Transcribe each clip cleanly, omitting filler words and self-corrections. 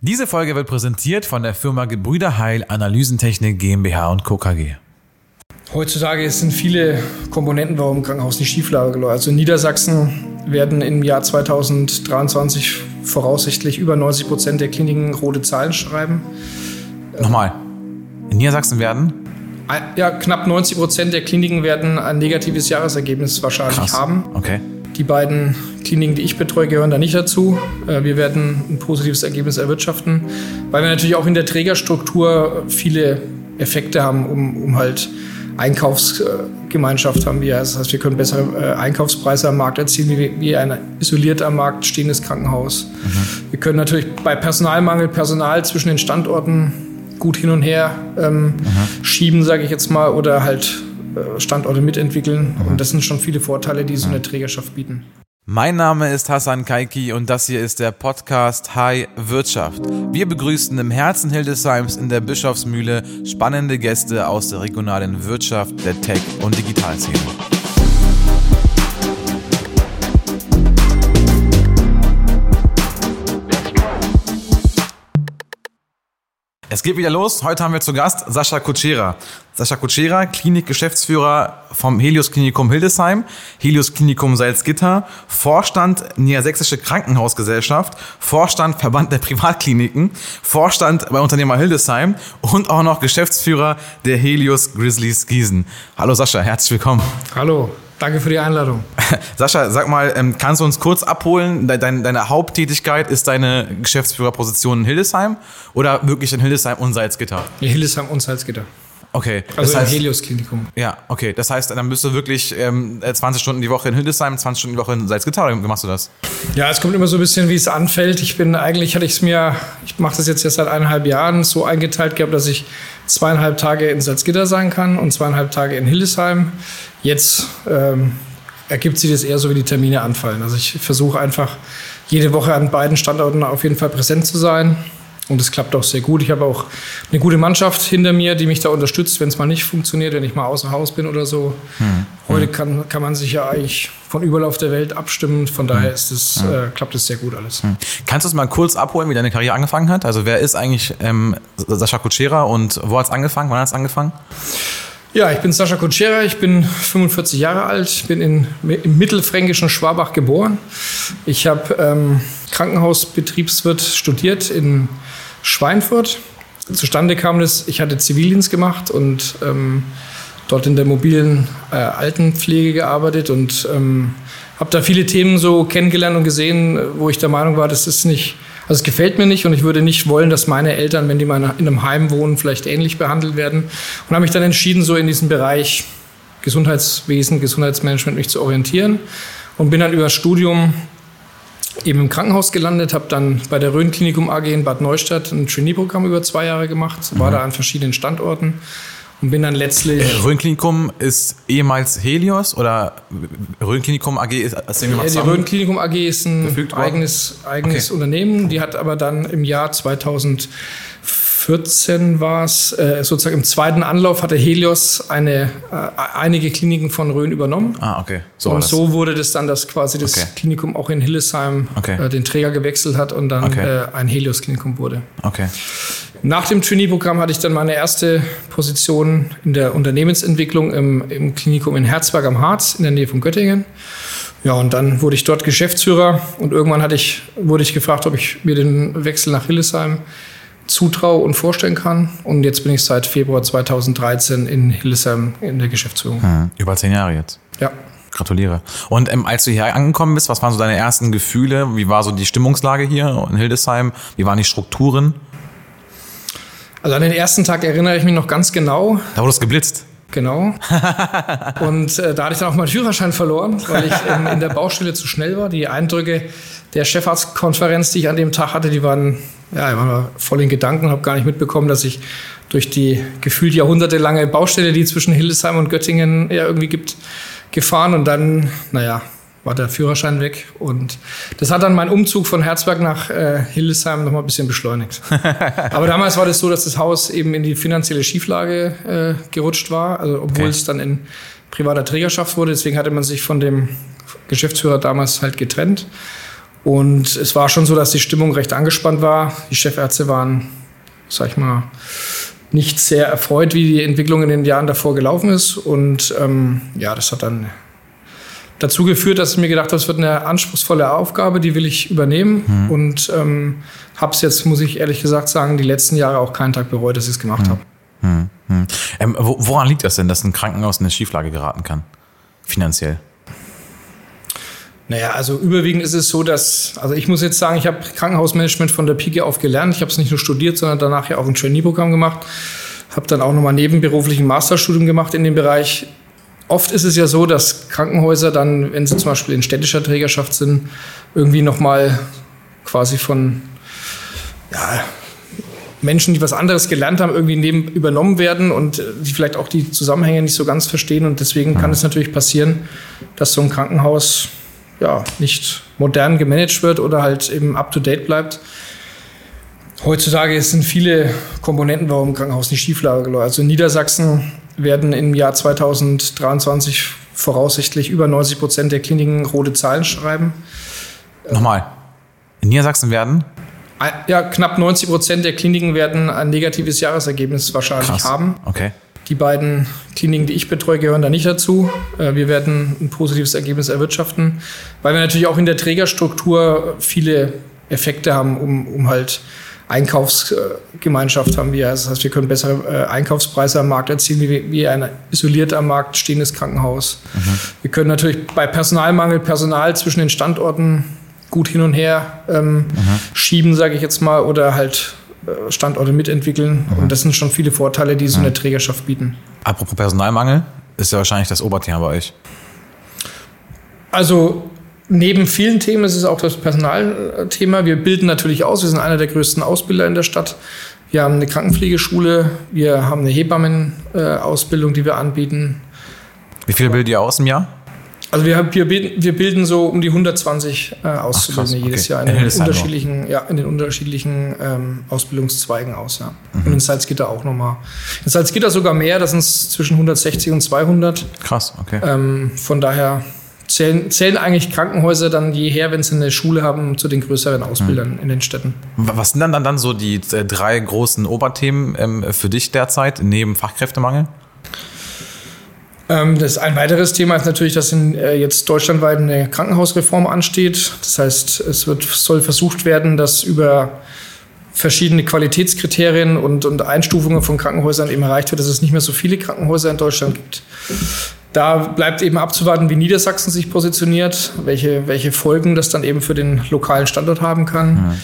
Diese Folge wird präsentiert von der Firma Gebrüder Heil Analysentechnik GmbH & Co. KG. Heutzutage sind viele Komponenten, warum im Krankenhaus nicht schieflage läuft. Also in Niedersachsen werden im Jahr 2023 voraussichtlich über 90% der Kliniken rote Zahlen schreiben. Nochmal, in Niedersachsen werden? Ja, knapp 90% der Kliniken werden ein negatives Jahresergebnis wahrscheinlich haben. Okay. Die beiden Kliniken, die ich betreue, gehören da nicht dazu. Wir werden ein positives Ergebnis erwirtschaften, weil wir natürlich auch in der Trägerstruktur viele Effekte haben, um halt Einkaufsgemeinschaft haben wir. Das heißt, wir können bessere Einkaufspreise am Markt erzielen, wie ein isoliert am Markt stehendes Krankenhaus. Wir können natürlich bei Personalmangel Personal zwischen den Standorten gut hin und her schieben, sage ich jetzt mal, oder halt Standorte mitentwickeln. Und das sind schon viele Vorteile, die so eine Trägerschaft bieten. Mein Name ist Hassan Kaiki und das hier ist der Podcast Hi Wirtschaft. Wir begrüßen im Herzen Hildesheims in der Bischofsmühle spannende Gäste aus der regionalen Wirtschaft, der Tech- und Digitalszene. Es geht wieder los. Heute haben wir zu Gast Sascha Kutschera. Sascha Kutschera, Klinikgeschäftsführer vom Helios Klinikum Hildesheim, Helios Klinikum Salzgitter, Vorstand Niedersächsische Krankenhausgesellschaft, Vorstand Verband der Privatkliniken, Vorstand bei Unternehmer Hildesheim und auch noch Geschäftsführer der Helios Grizzlies Gießen. Hallo Sascha, herzlich willkommen. Hallo. Danke für die Einladung. Sascha, sag mal, kannst du uns kurz abholen? Deine Haupttätigkeit ist deine Geschäftsführerposition in Hildesheim oder wirklich in Hildesheim und Salzgitter? In Hildesheim und Salzgitter. Okay. Also das heißt, im Helios Klinikum. Ja, okay. Das heißt, dann bist du wirklich 20 Stunden die Woche in Hildesheim, 20 Stunden die Woche in Salzgitter, oder wie machst du das? Ja, es kommt immer so ein bisschen, wie es anfällt. Ich mache das jetzt seit 1,5 Jahren so eingeteilt gehabt, dass ich 2,5 Tage in Salzgitter sein kann und 2,5 Tage in Hildesheim. Jetzt ergibt sich das eher so, wie die Termine anfallen. Also ich versuche einfach jede Woche an beiden Standorten auf jeden Fall präsent zu sein. Und es klappt auch sehr gut. Ich habe auch eine gute Mannschaft hinter mir, die mich da unterstützt, wenn es mal nicht funktioniert, wenn ich mal außer Haus bin oder so. Heute kann man sich ja eigentlich von überall auf der Welt abstimmen. Von daher klappt es sehr gut alles. Kannst du uns mal kurz abholen, wie deine Karriere angefangen hat? Also wer ist eigentlich Sascha Kutschera und wo hat es angefangen? Wann hat es angefangen? Ja, ich bin Sascha Kutschera, ich bin 45 Jahre alt, ich bin im mittelfränkischen Schwabach geboren. Ich habe Krankenhausbetriebswirt studiert in Schweinfurt. Zustande kam das, ich hatte Zivildienst gemacht und dort in der mobilen Altenpflege gearbeitet und habe da viele Themen so kennengelernt und gesehen, wo ich der Meinung war, das ist nicht... Also es gefällt mir nicht und ich würde nicht wollen, dass meine Eltern, wenn die mal in einem Heim wohnen, vielleicht ähnlich behandelt werden. Und habe mich dann entschieden, so in diesem Bereich Gesundheitswesen, Gesundheitsmanagement mich zu orientieren. Und bin dann über das Studium eben im Krankenhaus gelandet, habe dann bei der Rhön Klinikum AG in Bad Neustadt ein Trainee-Programm über 2 Jahre gemacht, war da an verschiedenen Standorten. Und bin dann letztlich... Rhön Klinikum ist ehemals Helios oder Rhön Klinikum AG ist... Die Rhön Klinikum AG ist ein eigenes Unternehmen. Die hat aber dann im Jahr 2014 war es, sozusagen im zweiten Anlauf hatte Helios einige Kliniken von Rhön übernommen. Ah, okay. So wurde das dann, dass quasi das Klinikum auch in Hildesheim den Träger gewechselt hat und dann ein Helios-Klinikum wurde. Okay. Nach dem Trainee-Programm hatte ich dann meine erste Position in der Unternehmensentwicklung im Klinikum in Herzberg am Harz in der Nähe von Göttingen. Ja, und dann wurde ich dort Geschäftsführer und irgendwann wurde ich gefragt, ob ich mir den Wechsel nach Hildesheim zutraue und vorstellen kann. Und jetzt bin ich seit Februar 2013 in Hildesheim in der Geschäftsführung. Über 10 Jahre jetzt. Ja. Gratuliere. Und als du hier angekommen bist, was waren so deine ersten Gefühle? Wie war so die Stimmungslage hier in Hildesheim? Wie waren die Strukturen? Also an den ersten Tag erinnere ich mich noch ganz genau. Da wurde es geblitzt. Genau. Und da hatte ich dann auch meinen Führerschein verloren, weil ich in der Baustelle zu schnell war. Die Eindrücke der Chefarztkonferenz, die ich an dem Tag hatte, die waren voll in Gedanken und habe gar nicht mitbekommen, dass ich durch die gefühlt jahrhundertelange Baustelle, die zwischen Hildesheim und Göttingen irgendwie gibt, gefahren. Und dann, war der Führerschein weg. Und das hat dann meinen Umzug von Herzberg nach Hildesheim noch mal ein bisschen beschleunigt. Aber damals war das so, dass das Haus eben in die finanzielle Schieflage gerutscht war, also obwohl es dann in privater Trägerschaft wurde. Deswegen hatte man sich von dem Geschäftsführer damals halt getrennt. Und es war schon so, dass die Stimmung recht angespannt war. Die Chefärzte waren, sag ich mal, nicht sehr erfreut, wie die Entwicklung in den Jahren davor gelaufen ist. Und das hat dann dazu geführt, dass ich mir gedacht habe, es wird eine anspruchsvolle Aufgabe, die will ich übernehmen. Und habe es jetzt, muss ich ehrlich gesagt sagen, die letzten Jahre auch keinen Tag bereut, dass ich es gemacht habe. Woran liegt das denn, dass ein Krankenhaus in eine Schieflage geraten kann, finanziell? Naja, also überwiegend ist es so, also ich muss jetzt sagen, ich habe Krankenhausmanagement von der Pike auf gelernt. Ich habe es nicht nur studiert, sondern danach ja auch ein Trainee-Programm gemacht. Habe dann auch nochmal nebenberuflich ein Masterstudium gemacht in dem Bereich. Oft ist es ja so, dass Krankenhäuser dann, wenn sie zum Beispiel in städtischer Trägerschaft sind, irgendwie nochmal quasi von Menschen, die was anderes gelernt haben, irgendwie übernommen werden und die vielleicht auch die Zusammenhänge nicht so ganz verstehen. Und deswegen kann es natürlich passieren, dass so ein Krankenhaus nicht modern gemanagt wird oder halt eben up-to-date bleibt. Heutzutage sind viele Komponenten, warum ein Krankenhaus nicht Schieflage läuft. Also in Niedersachsen werden im Jahr 2023 voraussichtlich über 90% der Kliniken rote Zahlen schreiben. Nochmal, in Niedersachsen werden? Ja, knapp 90% der Kliniken werden ein negatives Jahresergebnis wahrscheinlich haben. Okay. Die beiden Kliniken, die ich betreue, gehören da nicht dazu. Wir werden ein positives Ergebnis erwirtschaften, weil wir natürlich auch in der Trägerstruktur viele Effekte haben, um halt Einkaufsgemeinschaft haben wir. Das heißt, wir können bessere Einkaufspreise am Markt erzielen, wie ein isoliert am Markt stehendes Krankenhaus. Wir können natürlich bei Personalmangel Personal zwischen den Standorten gut hin und her schieben, sage ich jetzt mal, oder halt Standorte mitentwickeln. Und das sind schon viele Vorteile, die so eine Trägerschaft bieten. Apropos Personalmangel, ist ja wahrscheinlich das Oberthema bei euch. Also neben vielen Themen ist es auch das Personalthema. Wir bilden natürlich aus. Wir sind einer der größten Ausbilder in der Stadt. Wir haben eine Krankenpflegeschule. Wir haben eine Hebammenausbildung, die wir anbieten. Wie viele bildet ihr aus im Jahr? Also wir bilden so um die 120 Auszubildende jedes Jahr in den unterschiedlichen Ausbildungszweigen aus. Ja. Und in Salzgitter auch nochmal. In Salzgitter sogar mehr, das sind zwischen 160 und 200. Krass, okay. Von daher zählen eigentlich Krankenhäuser dann jeher, wenn sie eine Schule haben, zu den größeren Ausbildern in den Städten. Was sind dann so die 3 großen Oberthemen für dich derzeit neben Fachkräftemangel? Das ein weiteres Thema ist natürlich, dass jetzt deutschlandweit eine Krankenhausreform ansteht. Das heißt, soll versucht werden, dass über verschiedene Qualitätskriterien und Einstufungen von Krankenhäusern eben erreicht wird, dass es nicht mehr so viele Krankenhäuser in Deutschland gibt. Da bleibt eben abzuwarten, wie Niedersachsen sich positioniert, welche Folgen das dann eben für den lokalen Standort haben kann.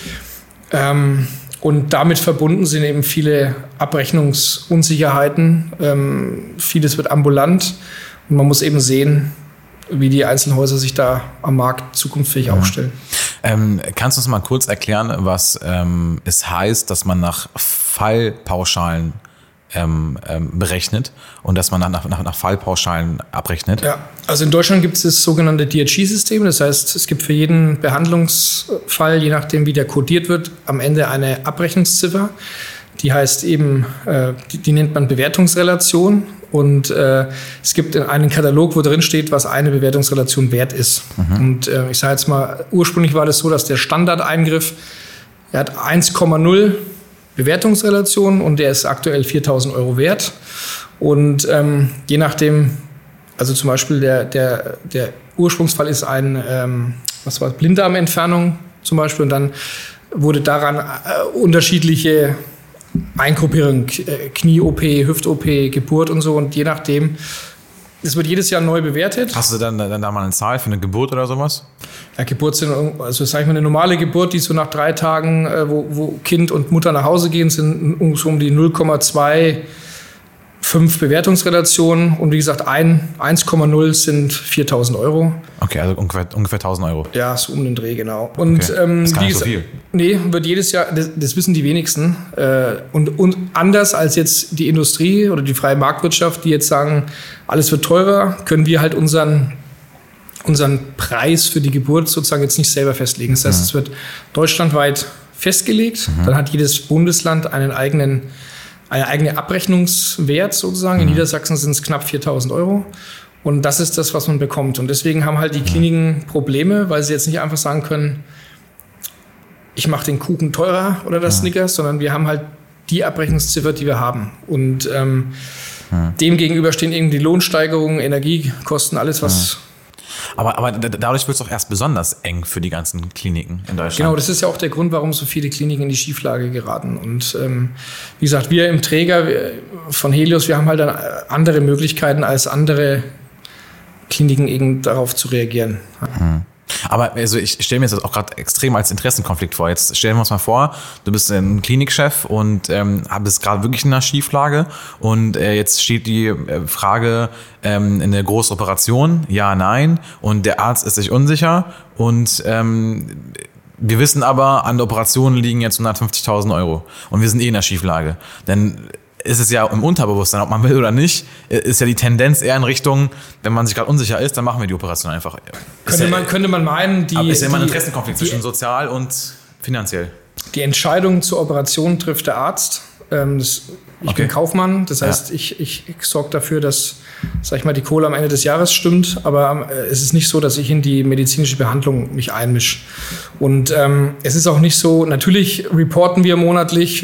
Und damit verbunden sind eben viele Abrechnungsunsicherheiten. Vieles wird ambulant und man muss eben sehen, wie die Einzelhäuser sich da am Markt zukunftsfähig aufstellen. Kannst du uns mal kurz erklären, was es heißt, dass man nach Fallpauschalen berechnet und dass man nach Fallpauschalen abrechnet? Ja, also in Deutschland gibt es das sogenannte DRG-System. Das heißt, es gibt für jeden Behandlungsfall, je nachdem wie der kodiert wird, am Ende eine Abrechnungsziffer. Die heißt eben, die nennt man Bewertungsrelation. Und es gibt einen Katalog, wo drin steht, was eine Bewertungsrelation wert ist. Und ich sage jetzt mal, ursprünglich war das so, dass der Standardeingriff, er hat 1,0 Bewertungsrelation und der ist aktuell 4.000 Euro wert. Und je nachdem, also zum Beispiel der Ursprungsfall ist Blinddarmentfernung zum Beispiel, und dann wurde daran unterschiedliche Eingruppierungen, Knie-OP, Hüft-OP, Geburt und so, und je nachdem, es wird jedes Jahr neu bewertet. Hast du dann da mal eine Zahl für eine Geburt oder sowas? Ja, Geburt sind, also sag ich mal, eine normale Geburt, die so nach 3 Tagen, wo Kind und Mutter nach Hause gehen, sind so um die 0,25 Bewertungsrelationen. Und wie gesagt, 1,0 sind 4.000 Euro. Okay, also ungefähr 1.000 Euro. Ja, so um den Dreh, genau. Und okay. Das ist gar nicht so viel. Nee, wird jedes Jahr, das wissen die wenigsten. Und anders als jetzt die Industrie oder die freie Marktwirtschaft, die jetzt sagen, alles wird teurer, können wir halt unseren Preis für die Geburt sozusagen jetzt nicht selber festlegen. Das heißt, es wird deutschlandweit festgelegt. Dann hat jedes Bundesland eine eigene Abrechnungswert sozusagen. In Niedersachsen sind es knapp 4.000 Euro. Und das ist das, was man bekommt. Und deswegen haben halt die Kliniken Probleme, weil sie jetzt nicht einfach sagen können, ich mache den Kuchen teurer oder das Snickers, sondern wir haben halt die Abrechnungsziffer, die wir haben. Und dem gegenüber stehen eben die Lohnsteigerungen, Energiekosten, alles was... Aber dadurch wird es doch erst besonders eng für die ganzen Kliniken in Deutschland. Genau, das ist ja auch der Grund, warum so viele Kliniken in die Schieflage geraten. Und wie gesagt, wir im Träger von Helios, wir haben halt dann andere Möglichkeiten als andere Kliniken eben darauf zu reagieren. Aber also ich stelle mir das auch gerade extrem als Interessenkonflikt vor. Jetzt stellen wir uns mal vor, du bist ein Klinikchef und bist gerade wirklich in einer Schieflage und jetzt steht die Frage in der großen Operation, ja, nein, und der Arzt ist sich unsicher und wir wissen aber, an der Operation liegen jetzt 150.000 Euro und wir sind in der Schieflage. Denn ist es ja im Unterbewusstsein, ob man will oder nicht, ist ja die Tendenz eher in Richtung, wenn man sich gerade unsicher ist, dann machen wir die Operation einfach. Könnte man meinen, aber ist ja immer ein Interessenkonflikt zwischen sozial und finanziell. Die Entscheidung zur Operation trifft der Arzt. Ich bin Kaufmann, das heißt, ich sorge dafür, dass, sag ich mal, die Kohle am Ende des Jahres stimmt, aber es ist nicht so, dass ich in die medizinische Behandlung mich einmische. Und es ist auch nicht so, natürlich reporten wir monatlich,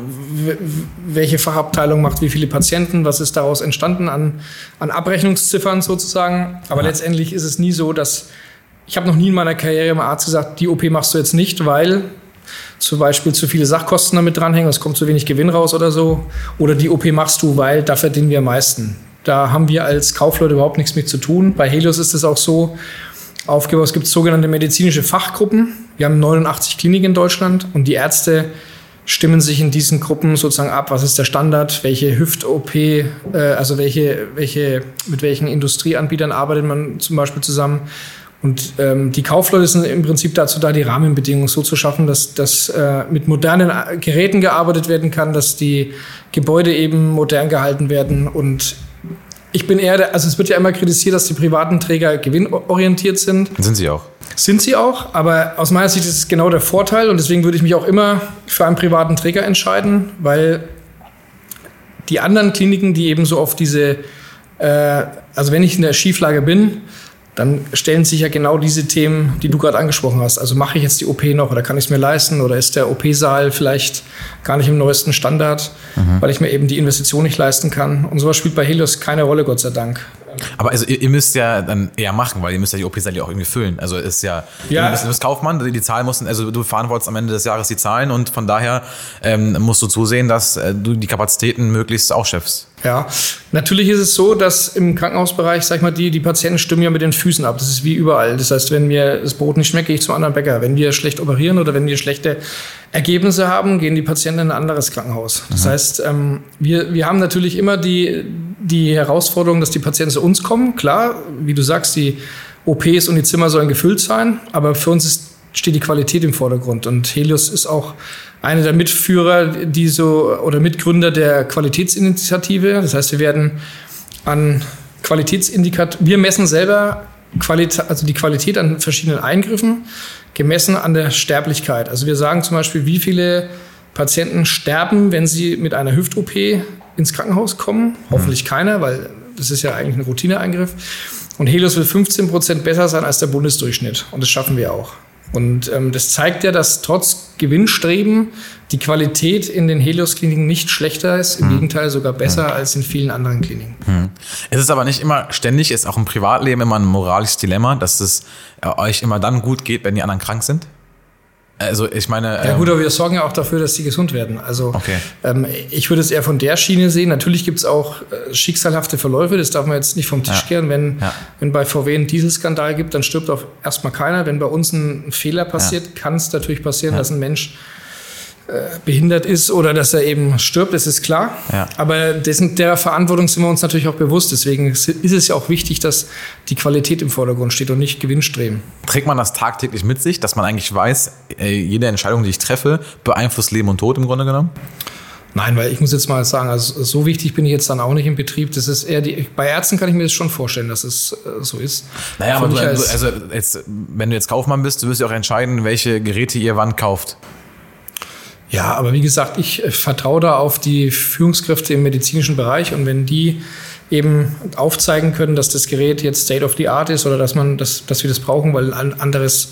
welche Fachabteilung macht wie viele Patienten, was ist daraus entstanden an Abrechnungsziffern sozusagen, aber letztendlich ist es nie so, dass, ich habe noch nie in meiner Karriere im Arzt gesagt, die OP machst du jetzt nicht, weil zum Beispiel zu viele Sachkosten damit dranhängen, es kommt zu wenig Gewinn raus oder so. Oder die OP machst du, weil da verdienen wir am meisten. Da haben wir als Kaufleute überhaupt nichts mit zu tun. Bei Helios ist es auch so aufgebaut, es gibt sogenannte medizinische Fachgruppen. Wir haben 89 Kliniken in Deutschland und die Ärzte stimmen sich in diesen Gruppen sozusagen ab, was ist der Standard, welche Hüft-OP, also mit welchen Industrieanbietern arbeitet man zum Beispiel zusammen. Und die Kaufleute sind im Prinzip dazu da, die Rahmenbedingungen so zu schaffen, dass mit modernen Geräten gearbeitet werden kann, dass die Gebäude eben modern gehalten werden. Und ich bin eher, also es wird ja immer kritisiert, dass die privaten Träger gewinnorientiert sind. Sind sie auch. Sind sie auch, aber aus meiner Sicht ist es genau der Vorteil und deswegen würde ich mich auch immer für einen privaten Träger entscheiden, weil die anderen Kliniken, die eben so auf diese, also wenn ich in der Schieflage bin, dann stellen sich ja genau diese Themen, die du gerade angesprochen hast. Also mache ich jetzt die OP noch oder kann ich es mir leisten oder ist der OP-Saal vielleicht gar nicht im neuesten Standard, weil ich mir eben die Investition nicht leisten kann. Und sowas spielt bei Helios keine Rolle, Gott sei Dank. Aber also ihr müsst ja dann eher machen, weil ihr müsst ja die OP-Saal auch irgendwie füllen. Also ist ja, du bist Kaufmann, die Zahlen mussten, also du verantwortest am Ende des Jahres die Zahlen und von daher musst du zusehen, dass du die Kapazitäten möglichst ausschöpfst. Ja, natürlich ist es so, dass im Krankenhausbereich, sag ich mal, die Patienten stimmen ja mit den Füßen ab. Das ist wie überall. Das heißt, wenn mir das Brot nicht schmeckt, gehe ich zum anderen Bäcker. Wenn wir schlecht operieren oder wenn wir schlechte Ergebnisse haben, gehen die Patienten in ein anderes Krankenhaus. Das heißt, wir haben natürlich immer die Herausforderung, dass die Patienten zu uns kommen. Klar, wie du sagst, die OPs und die Zimmer sollen gefüllt sein, aber für uns steht die Qualität im Vordergrund. Und Helios ist auch einer der Mitführer, oder Mitgründer der Qualitätsinitiative. Das heißt, wir werden an wir messen selber die Qualität an verschiedenen Eingriffen, gemessen an der Sterblichkeit. Also wir sagen zum Beispiel, wie viele Patienten sterben, wenn sie mit einer Hüft-OP ins Krankenhaus kommen. Hoffentlich keiner, weil das ist ja eigentlich ein Routineeingriff. Und Helios will 15% besser sein als der Bundesdurchschnitt. Und das schaffen wir auch. Und das zeigt ja, dass trotz Gewinnstreben die Qualität in den Helios-Kliniken nicht schlechter ist, im Gegenteil sogar besser als in vielen anderen Kliniken. Es ist aber nicht immer ständig, ist auch im Privatleben immer ein moralisches Dilemma, dass es euch immer dann gut geht, wenn die anderen krank sind? Also ich meine... Ja gut, aber wir sorgen ja auch dafür, dass die gesund werden. Also ich würde es eher von der Schiene sehen. Natürlich gibt es auch schicksalhafte Verläufe, das darf man jetzt nicht vom Tisch kehren. Wenn bei VW einen Dieselskandal gibt, dann stirbt auch erstmal keiner. Wenn bei uns ein Fehler passiert, kann es natürlich passieren, dass ein Mensch behindert ist oder dass er eben stirbt, das ist klar. Ja. Aber der Verantwortung sind wir uns natürlich auch bewusst. Deswegen ist es ja auch wichtig, dass die Qualität im Vordergrund steht und nicht Gewinnstreben. Trägt man das tagtäglich mit sich, dass man eigentlich weiß, jede Entscheidung, die ich treffe, beeinflusst Leben und Tod im Grunde genommen? Nein, weil ich muss jetzt mal sagen, also so wichtig bin ich jetzt dann auch nicht im Betrieb. Das ist eher bei Ärzten kann ich mir das schon vorstellen, dass es so ist. Naja, aber wenn du jetzt Kaufmann bist, du wirst ja auch entscheiden, welche Geräte ihr wann kauft. Ja, aber wie gesagt, ich vertraue da auf die Führungskräfte im medizinischen Bereich und wenn die eben aufzeigen können, dass das Gerät jetzt State of the Art ist oder dass wir das brauchen, weil ein anderes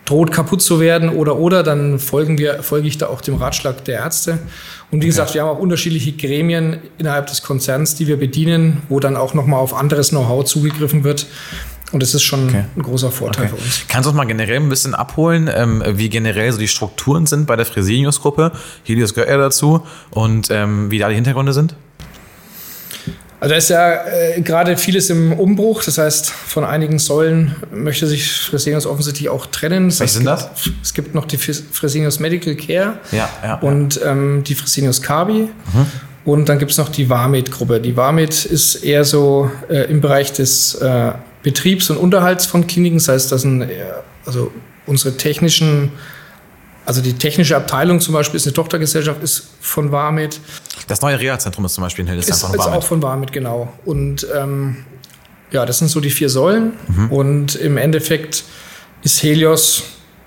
droht kaputt zu werden oder, dann folge ich da auch dem Ratschlag der Ärzte. Und wie gesagt, wir haben auch unterschiedliche Gremien innerhalb des Konzerns, die wir bedienen, wo dann auch nochmal auf anderes Know-how zugegriffen wird. Und das ist schon ein großer Vorteil für uns. Kannst du uns mal generell ein bisschen abholen, wie generell so die Strukturen sind bei der Fresenius-Gruppe? Helios gehört ja dazu. Und wie da die Hintergründe sind? Also da ist ja gerade vieles im Umbruch. Das heißt, von einigen Säulen möchte sich Fresenius offensichtlich auch trennen. Was sind das? Es gibt noch die Fresenius Medical Care und die Fresenius Kabi. Und dann gibt es noch die Vamed-Gruppe. Die Vamed ist eher so im Bereich des Betriebs und Unterhalts von Kliniken. Das heißt, das sind also unsere technischen, also die technische Abteilung zum Beispiel ist eine Tochtergesellschaft, ist von Vamed. Das neue Reha-Zentrum ist zum Beispiel in Hildesheim von Vamed. Ist auch von Vamed, genau. Und das sind so die 4 Säulen. Und im Endeffekt ist Helios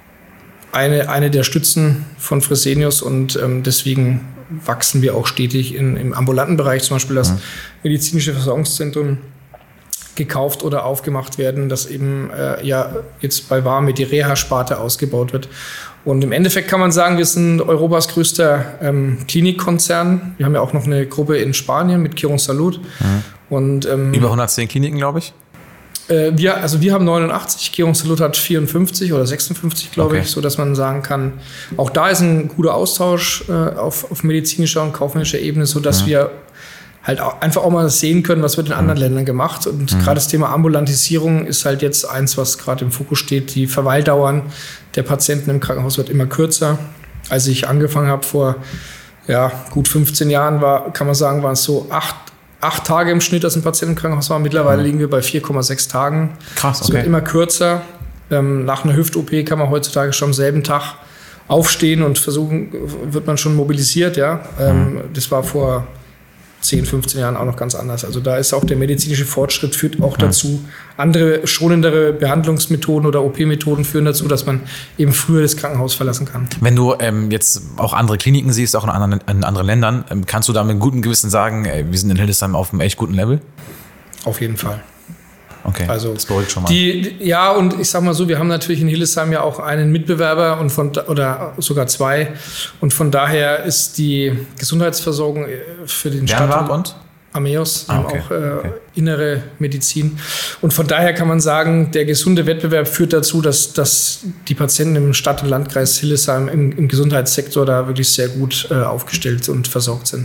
eine der Stützen von Fresenius und deswegen wachsen wir auch stetig im ambulanten Bereich, zum Beispiel das medizinische Versorgungszentrum gekauft oder aufgemacht werden, dass eben jetzt bei Vamed die Reha-Sparte ausgebaut wird. Und im Endeffekt kann man sagen, wir sind Europas größter Klinikkonzern. Wir haben ja auch noch eine Gruppe in Spanien mit Quirónsalud. Und über 110 Kliniken, glaube ich. Wir haben 89, Quirónsalud hat 54 oder 56, glaube ich, so dass man sagen kann, auch da ist ein guter Austausch auf medizinischer und kaufmännischer Ebene, so dass wir halt einfach auch mal sehen können, was wird in anderen Ländern gemacht. Und gerade das Thema Ambulantisierung ist halt jetzt eins, was gerade im Fokus steht. Die Verweildauern der Patienten im Krankenhaus wird immer kürzer. Als ich angefangen habe vor gut 15 Jahren, kann man sagen, waren es so 8 Tage im Schnitt, dass ein Patient im Krankenhaus war. Mittlerweile liegen wir bei 4,6 Tagen. Krass, okay. Es wird immer kürzer. Nach einer Hüft-OP kann man heutzutage schon am selben Tag aufstehen und wird man schon mobilisiert. Das war vor 10, 15 Jahren auch noch ganz anders. Also da ist auch der medizinische Fortschritt führt auch dazu. Andere schonendere Behandlungsmethoden oder OP-Methoden führen dazu, dass man eben früher das Krankenhaus verlassen kann. Wenn du jetzt auch andere Kliniken siehst, auch in anderen Ländern, kannst du da mit gutem Gewissen sagen, wir sind in Hildesheim auf einem echt guten Level? Auf jeden Fall. Okay, also das beruhigt schon mal. Und ich sag mal so, wir haben natürlich in Hildesheim ja auch einen Mitbewerber oder sogar 2. Und von daher ist die Gesundheitsversorgung für den Standort und Ameos, haben auch innere Medizin. Und von daher kann man sagen, der gesunde Wettbewerb führt dazu, dass die Patienten im Stadt- und Landkreis Hildesheim im Gesundheitssektor da wirklich sehr gut aufgestellt und versorgt sind.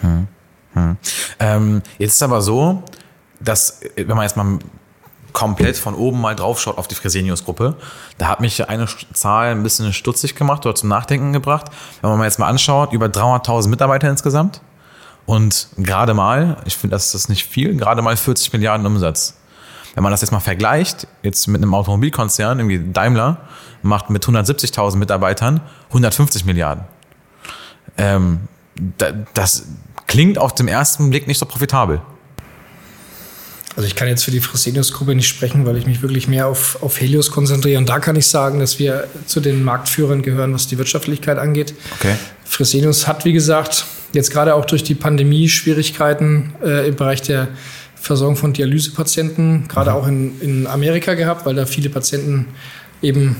Jetzt ist aber so, dass, wenn man jetzt mal komplett von oben mal drauf schaut auf die Fresenius-Gruppe, da hat mich eine Zahl ein bisschen stutzig gemacht oder zum Nachdenken gebracht. Wenn man jetzt mal anschaut, über 300.000 Mitarbeiter insgesamt und gerade mal, ich finde, das ist nicht viel, gerade mal 40 Milliarden Umsatz. Wenn man das jetzt mal vergleicht, jetzt mit einem Automobilkonzern, irgendwie Daimler, macht mit 170.000 Mitarbeitern 150 Milliarden. Das klingt auf den ersten Blick nicht so profitabel. Also ich kann jetzt für die Fresenius-Gruppe nicht sprechen, weil ich mich wirklich mehr auf Helios konzentriere. Und da kann ich sagen, dass wir zu den Marktführern gehören, was die Wirtschaftlichkeit angeht. Okay. Fresenius hat, wie gesagt, jetzt gerade auch durch die Pandemie Schwierigkeiten im Bereich der Versorgung von Dialysepatienten, gerade auch in Amerika gehabt, weil da viele Patienten eben,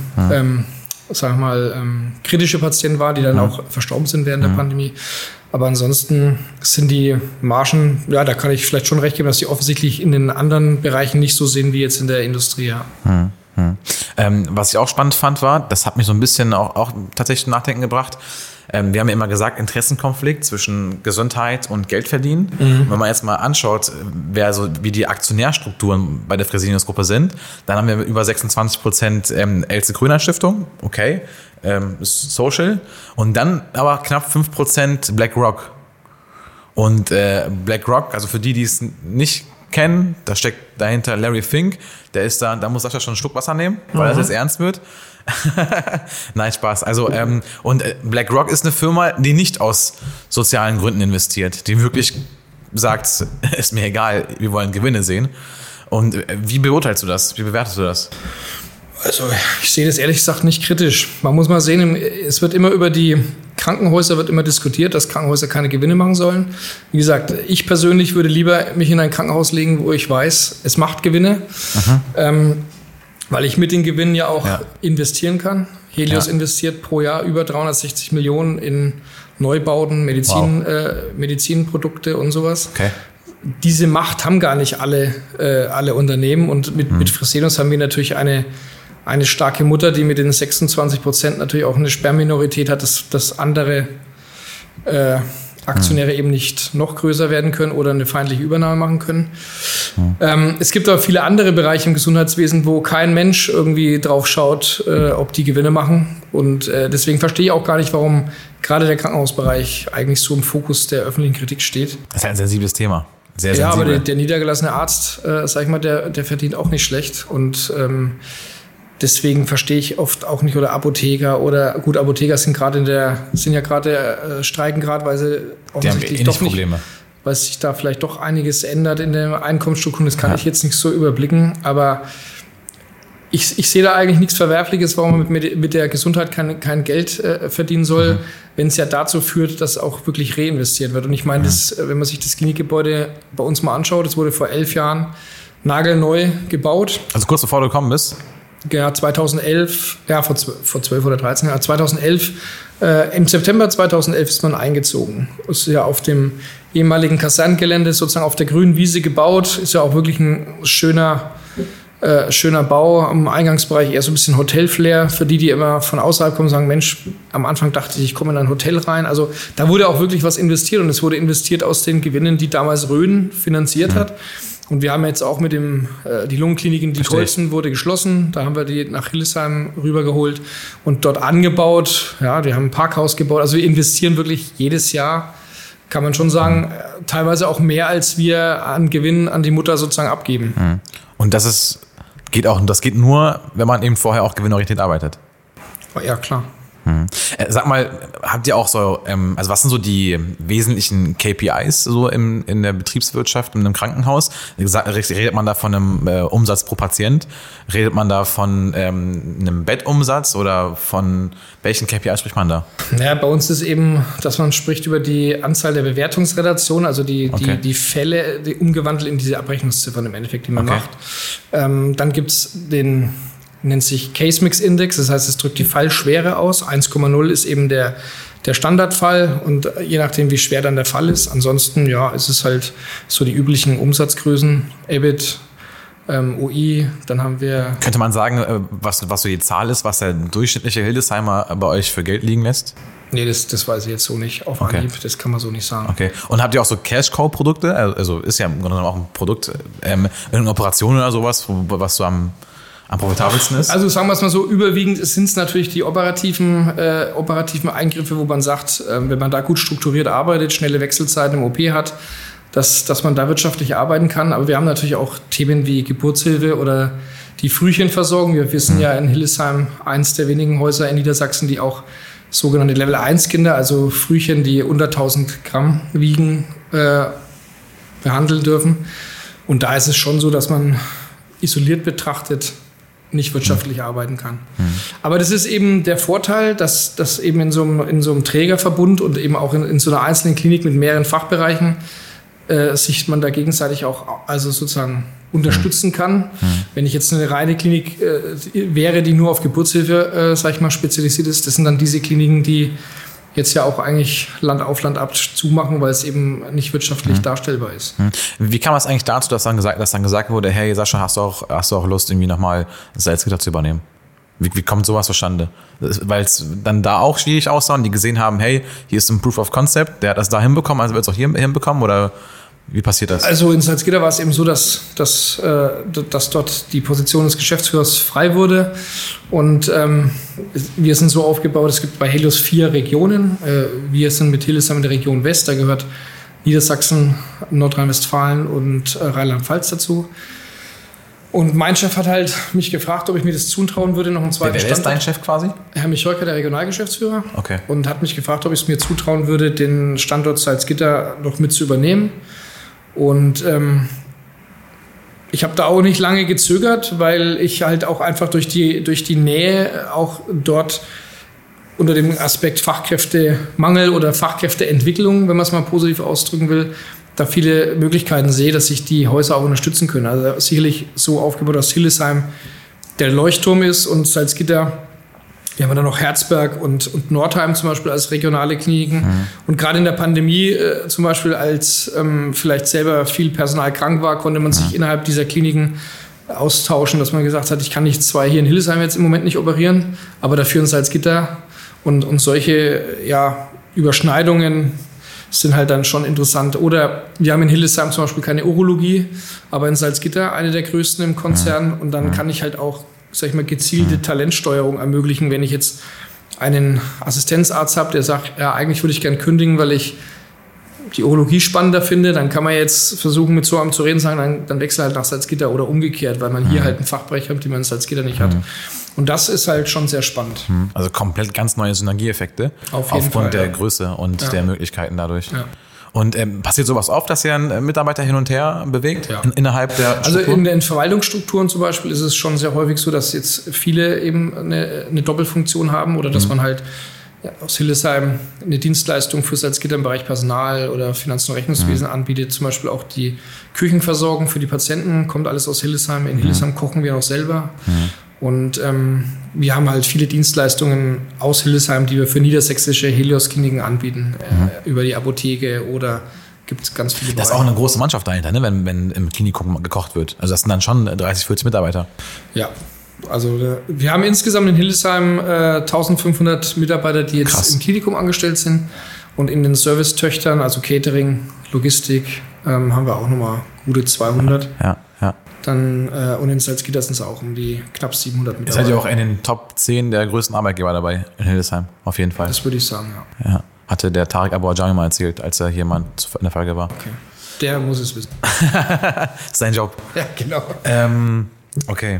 kritische Patienten waren, die dann auch verstorben sind während der Pandemie. Aber ansonsten sind die Margen, da kann ich vielleicht schon recht geben, dass die offensichtlich in den anderen Bereichen nicht so sind wie jetzt in der Industrie. Was ich auch spannend fand, war, das hat mich so ein bisschen auch tatsächlich zum Nachdenken gebracht. Wir haben ja immer gesagt, Interessenkonflikt zwischen Gesundheit und Geldverdienen. Und wenn man jetzt mal anschaut, wie die Aktionärstrukturen bei der Fresenius-Gruppe sind, dann haben wir über 26% Else Kröner Stiftung, okay, Social, und dann aber knapp 5% BlackRock. Und BlackRock, also für die es nicht kennen, da steckt dahinter Larry Fink, der ist da muss Sascha schon einen Schluck Wasser nehmen, weil das jetzt ernst wird. Nein, Spaß. Also, und BlackRock ist eine Firma, die nicht aus sozialen Gründen investiert, die wirklich sagt, ist mir egal, wir wollen Gewinne sehen. Und wie beurteilst du das? Wie bewertest du das? Also ich sehe das ehrlich gesagt nicht kritisch. Man muss mal sehen, es wird immer über die Krankenhäuser diskutiert, dass Krankenhäuser keine Gewinne machen sollen. Wie gesagt, ich persönlich würde lieber mich in ein Krankenhaus legen, wo ich weiß, es macht Gewinne. Weil ich mit den Gewinnen ja auch investieren kann. Helios investiert pro Jahr über 360 Millionen in Neubauten, Medizinprodukte und sowas. Okay. Diese Macht haben gar nicht alle Unternehmen. Und mit Fresenius haben wir natürlich eine starke Mutter, die mit den 26% natürlich auch eine Sperrminorität hat, dass andere Aktionäre eben nicht noch größer werden können oder eine feindliche Übernahme machen können. Es gibt aber viele andere Bereiche im Gesundheitswesen, wo kein Mensch irgendwie drauf schaut, ob die Gewinne machen. Und deswegen verstehe ich auch gar nicht, warum gerade der Krankenhausbereich eigentlich so im Fokus der öffentlichen Kritik steht. Das ist ein sensibles Thema. Sehr ja, sensibel. aber der niedergelassene Arzt, sag ich mal, der verdient auch nicht schlecht. Und deswegen verstehe ich oft auch nicht, oder Apotheker streiken gerade, weil sie offensichtlich doch nicht, Probleme. weil sich da vielleicht doch einiges ändert in der Einkommensstruktur. Das kann ich jetzt nicht so überblicken, aber ich sehe da eigentlich nichts Verwerfliches, warum man mit der Gesundheit kein Geld verdienen soll, wenn es ja dazu führt, dass auch wirklich reinvestiert wird. Und ich meine, wenn man sich das Klinikgebäude bei uns mal anschaut, das wurde vor 11 Jahren nagelneu gebaut. Also kurz bevor du gekommen bist? Ja, 2011, vor 12 oder 13 Jahren, 2011, im September 2011 ist man eingezogen. Ist ja auf dem ehemaligen Kasernengelände, sozusagen auf der grünen Wiese gebaut. Ist ja auch wirklich ein schöner Bau. Am Eingangsbereich eher so ein bisschen Hotelflair. Für die immer von außerhalb kommen, sagen, Mensch, am Anfang dachte ich komme in ein Hotel rein. Also da wurde auch wirklich was investiert und es wurde investiert aus den Gewinnen, die damals Rhön finanziert hat. Und wir haben jetzt auch mit die Lungenklinik in Diepholzen wurde geschlossen. Da haben wir die nach Hildesheim rübergeholt und dort angebaut. Ja, wir haben ein Parkhaus gebaut. Also wir investieren wirklich jedes Jahr, kann man schon sagen, teilweise auch mehr, als wir an Gewinn an die Mutter sozusagen abgeben. Und das geht nur, wenn man eben vorher auch gewinnorientiert arbeitet. Ja, klar. Sag mal, habt ihr auch so, also was sind so die wesentlichen KPIs so in der Betriebswirtschaft, in einem Krankenhaus? Redet man da von einem Umsatz pro Patient? Redet man da von einem Bettumsatz oder von welchen KPIs spricht man da? Ja, bei uns ist eben, dass man spricht über die Anzahl der Bewertungsrelationen, also die Fälle, die umgewandelt in diese Abrechnungsziffern im Endeffekt, die man macht. Dann gibt's nennt sich Case Mix Index, das heißt, es drückt die Fallschwere aus. 1,0 ist eben der Standardfall und je nachdem, wie schwer dann der Fall ist. Ansonsten, ist es halt so die üblichen Umsatzgrößen, EBIT, OI, dann haben wir... Könnte man sagen, was so die Zahl ist, was der durchschnittliche Hildesheimer bei euch für Geld liegen lässt? Nee, das weiß ich jetzt so nicht auf Anhieb, das kann man so nicht sagen. Okay, und habt ihr auch so Cash-Cow-Produkte? Also ist ja im Grunde genommen auch ein Produkt, irgendeine Operation oder sowas, was so am profitabelsten ist? Also sagen wir es mal so, überwiegend sind es natürlich die operativen Eingriffe, wo man sagt, wenn man da gut strukturiert arbeitet, schnelle Wechselzeiten im OP hat, dass man da wirtschaftlich arbeiten kann. Aber wir haben natürlich auch Themen wie Geburtshilfe oder die Frühchenversorgung. Wir sind ja in Hildesheim eins der wenigen Häuser in Niedersachsen, die auch sogenannte Level-1-Kinder, also Frühchen, die unter 1000 Gramm wiegen, behandeln dürfen. Und da ist es schon so, dass man isoliert betrachtet nicht wirtschaftlich arbeiten kann. Aber das ist eben der Vorteil, dass eben in so einem Trägerverbund und eben auch in so einer einzelnen Klinik mit mehreren Fachbereichen sich man da gegenseitig auch also sozusagen unterstützen kann. Wenn ich jetzt eine reine Klinik wäre, die nur auf Geburtshilfe, sag ich mal, spezialisiert ist, das sind dann diese Kliniken, die jetzt ja auch eigentlich Land auf Land ab zumachen, weil es eben nicht wirtschaftlich darstellbar ist. Wie kam es eigentlich dazu, dass dann gesagt wurde, hey Sascha, hast du auch Lust, irgendwie nochmal Salzgitter zu übernehmen? Wie kommt sowas zustande? Weil es dann da auch schwierig aussah und die gesehen haben, hey, hier ist ein Proof of Concept, der hat das da hinbekommen, also wird es auch hier hinbekommen, oder wie passiert das? Also in Salzgitter war es eben so, dass dort die Position des Geschäftsführers frei wurde und wir sind so aufgebaut, es gibt bei Helios 4 Regionen. Wir sind mit Hildesheim in der Region West, da gehört Niedersachsen, Nordrhein-Westfalen und Rheinland-Pfalz dazu. Und mein Chef hat halt mich gefragt, ob ich mir das zutrauen würde, noch einen zweiten Standort. Wer ist dein Chef quasi? Herr Michalka, der Regionalgeschäftsführer. Okay. Und hat mich gefragt, ob ich es mir zutrauen würde, den Standort Salzgitter noch mit zu übernehmen. Und ich habe da auch nicht lange gezögert, weil ich halt auch einfach durch die Nähe auch dort unter dem Aspekt Fachkräftemangel oder Fachkräfteentwicklung, wenn man es mal positiv ausdrücken will, da viele Möglichkeiten sehe, dass sich die Häuser auch unterstützen können. Also sicherlich so aufgebaut, dass Hildesheim der Leuchtturm ist und Salzgitter. Wir haben dann noch Herzberg und Nordheim zum Beispiel als regionale Kliniken. Und gerade in der Pandemie zum Beispiel, als vielleicht selber viel Personal krank war, konnte man sich innerhalb dieser Kliniken austauschen, dass man gesagt hat, ich kann nicht 2 hier in Hildesheim jetzt im Moment nicht operieren, aber dafür in Salzgitter. Und solche Überschneidungen sind halt dann schon interessant. Oder wir haben in Hildesheim zum Beispiel keine Urologie, aber in Salzgitter eine der größten im Konzern. Und dann kann ich halt auch, sag ich mal, gezielte Talentsteuerung ermöglichen, wenn ich jetzt einen Assistenzarzt habe, der sagt, ja, eigentlich würde ich gern kündigen, weil ich die Urologie spannender finde, dann kann man jetzt versuchen, mit so einem zu reden, sagen, dann wechsel halt nach Salzgitter oder umgekehrt, weil man hier halt einen Fachbereich hat, den man in Salzgitter nicht hat. Und das ist halt schon sehr spannend. Also komplett ganz neue Synergieeffekte aufgrund der Größe und der Möglichkeiten dadurch. Ja. Und passiert sowas oft, dass ihr einen Mitarbeiter hin und her bewegt innerhalb der Struktur? Also in den Verwaltungsstrukturen zum Beispiel ist es schon sehr häufig so, dass jetzt viele eben eine Doppelfunktion haben oder dass man halt aus Hildesheim eine Dienstleistung für Salzgitter im Bereich Personal oder Finanz- und Rechnungswesen anbietet. Zum Beispiel auch die Küchenversorgung für die Patienten, kommt alles aus Hildesheim. In Hildesheim kochen wir auch selber. Und wir haben halt viele Dienstleistungen aus Hildesheim, die wir für niedersächsische Helios-Kliniken anbieten, über die Apotheke oder gibt es ganz viele. Da ist auch eine große Mannschaft dahinter, ne? wenn im Klinikum gekocht wird. Also das sind dann schon 30, 40 Mitarbeiter. Ja, also wir haben insgesamt in Hildesheim 1500 Mitarbeiter, die jetzt im Klinikum angestellt sind. Und in den Servicetöchtern, also Catering, Logistik, haben wir auch nochmal gute 200. Ja. Dann, und in Salzgitter sind es auch um die knapp 700 Mitarbeiter. Ihr seid ja auch in den Top 10 der größten Arbeitgeber dabei in Hildesheim, auf jeden Fall. Das würde ich sagen, ja. Hatte der Tarek Abu Ajami mal erzählt, als er hier mal in der Folge war. Okay. Der muss es wissen. Sein Job. Ja, genau. Okay.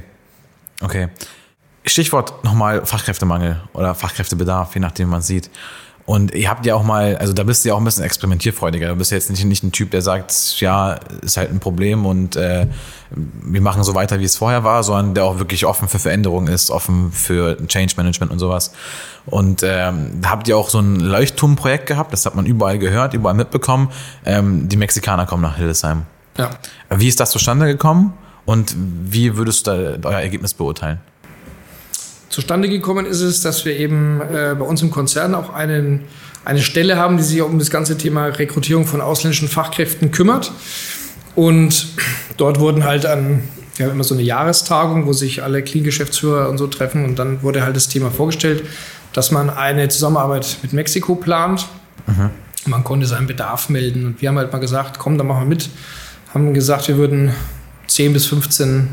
Stichwort nochmal Fachkräftemangel oder Fachkräftebedarf, je nachdem man sieht. Und ihr habt ja auch mal, also da bist du ja auch ein bisschen experimentierfreudiger. Du bist ja jetzt nicht ein Typ, der sagt, ja, ist halt ein Problem und wir machen so weiter, wie es vorher war, sondern der auch wirklich offen für Veränderungen ist, offen für Change Management und sowas. Und da habt ihr auch so ein Leuchtturmprojekt gehabt, das hat man überall gehört, überall mitbekommen. Die Mexikaner kommen nach Hildesheim. Ja. Wie ist das zustande gekommen und wie würdest du da euer Ergebnis beurteilen? Zustande gekommen ist es, dass wir eben bei uns im Konzern auch eine Stelle haben, die sich um das ganze Thema Rekrutierung von ausländischen Fachkräften kümmert. Und dort wurden halt wir haben immer so eine Jahrestagung, wo sich alle Klinikgeschäftsführer und so treffen. Und dann wurde halt das Thema vorgestellt, dass man eine Zusammenarbeit mit Mexiko plant. Man konnte seinen Bedarf melden. Und wir haben halt mal gesagt, komm, dann machen wir mit. Haben gesagt, wir würden 10 bis 15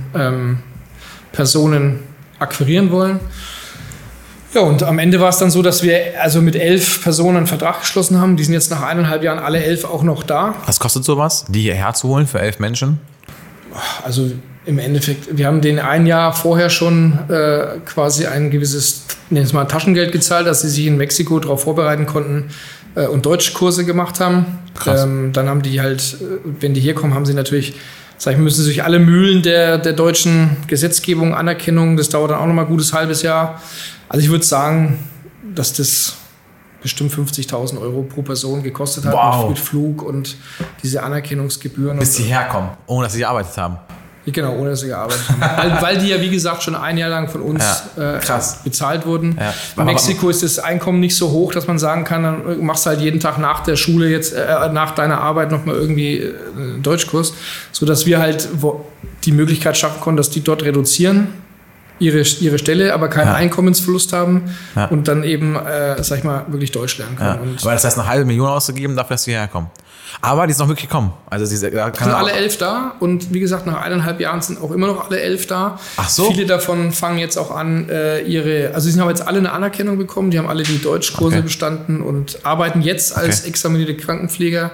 Personen akquirieren wollen. Ja, und am Ende war es dann so, dass wir also mit 11 Personen einen Vertrag geschlossen haben. Die sind jetzt nach 1,5 Jahren alle 11 auch noch da. Was kostet sowas, die hierher zu holen für 11 Menschen? Also im Endeffekt, wir haben denen ein Jahr vorher schon quasi ein gewisses, nennen wir es mal Taschengeld gezahlt, dass sie sich in Mexiko darauf vorbereiten konnten und Deutschkurse gemacht haben. Dann haben die halt, wenn die hier kommen, haben sie natürlich, müssen sich alle Mühlen der deutschen Gesetzgebung, Anerkennung, das dauert dann auch nochmal ein gutes halbes Jahr. Also ich würde sagen, dass das bestimmt 50.000 € pro Person gekostet hat. Wow. Mit Flug und diese Anerkennungsgebühren. Bis sie herkommen, ohne dass sie gearbeitet haben. Genau, ohne dass sie gearbeitet haben. weil die ja, wie gesagt, schon ein Jahr lang von uns bezahlt wurden. Ja. In Mexiko ist das Einkommen nicht so hoch, dass man sagen kann, dann machst du halt jeden Tag nach der Schule jetzt, nach deiner Arbeit nochmal irgendwie einen Deutschkurs, sodass wir halt die Möglichkeit schaffen konnten, dass die dort reduzieren, ihre Stelle, aber keinen Einkommensverlust haben und dann eben, wirklich Deutsch lernen können. Ja. Und weil das heißt, 500.000 ausgegeben dafür, dass sie hierher kommen. Aber die sind noch wirklich gekommen. Also sind alle 11 da und wie gesagt, nach 1,5 Jahren sind auch immer noch alle 11 da. Ach so. Viele davon fangen jetzt auch an, sie haben jetzt alle eine Anerkennung bekommen, die haben alle die Deutschkurse bestanden und arbeiten jetzt als examinierte Krankenpfleger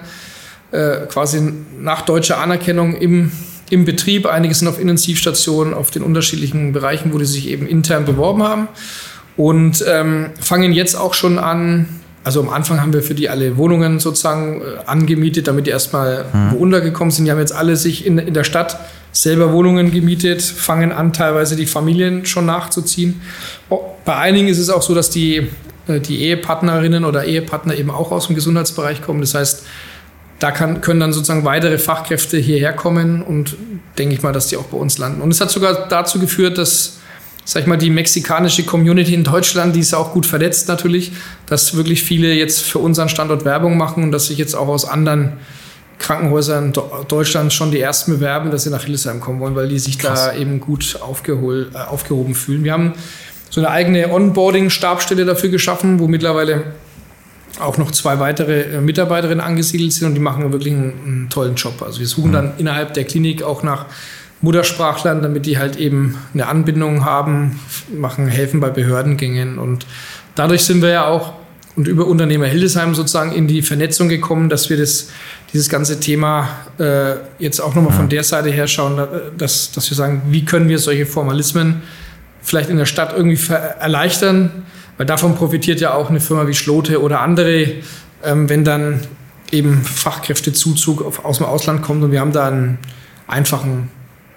quasi nach deutscher Anerkennung im Betrieb. Einige sind auf Intensivstationen, auf den unterschiedlichen Bereichen, wo die sich eben intern beworben haben und fangen jetzt auch schon an. Also am Anfang haben wir für die alle Wohnungen sozusagen angemietet, damit die erstmal wo untergekommen sind. Die haben jetzt alle sich in der Stadt selber Wohnungen gemietet, fangen an, teilweise die Familien schon nachzuziehen. Bei einigen ist es auch so, dass die Ehepartnerinnen oder Ehepartner eben auch aus dem Gesundheitsbereich kommen. Das heißt, da können dann sozusagen weitere Fachkräfte hierher kommen und denke ich mal, dass die auch bei uns landen. Und es hat sogar dazu geführt, dass sag ich mal, die mexikanische Community in Deutschland, die ist auch gut vernetzt natürlich, dass wirklich viele jetzt für unseren Standort Werbung machen und dass sich jetzt auch aus anderen Krankenhäusern Deutschlands schon die ersten bewerben, dass sie nach Hildesheim kommen wollen, weil die sich da eben gut aufgehoben fühlen. Wir haben so eine eigene Onboarding-Stabsstelle dafür geschaffen, wo mittlerweile auch noch 2 weitere Mitarbeiterinnen angesiedelt sind und die machen wirklich einen tollen Job. Also wir suchen dann innerhalb der Klinik auch nach Muttersprachlern, damit die halt eben eine Anbindung haben, helfen bei Behördengängen und dadurch sind wir ja auch und über Unternehmer Hildesheim sozusagen in die Vernetzung gekommen, dass wir dieses ganze Thema jetzt auch nochmal von der Seite her schauen, dass wir sagen, wie können wir solche Formalismen vielleicht in der Stadt irgendwie erleichtern, weil davon profitiert ja auch eine Firma wie Schlote oder andere, wenn dann eben Fachkräftezuzug aus dem Ausland kommt und wir haben da einen einfachen,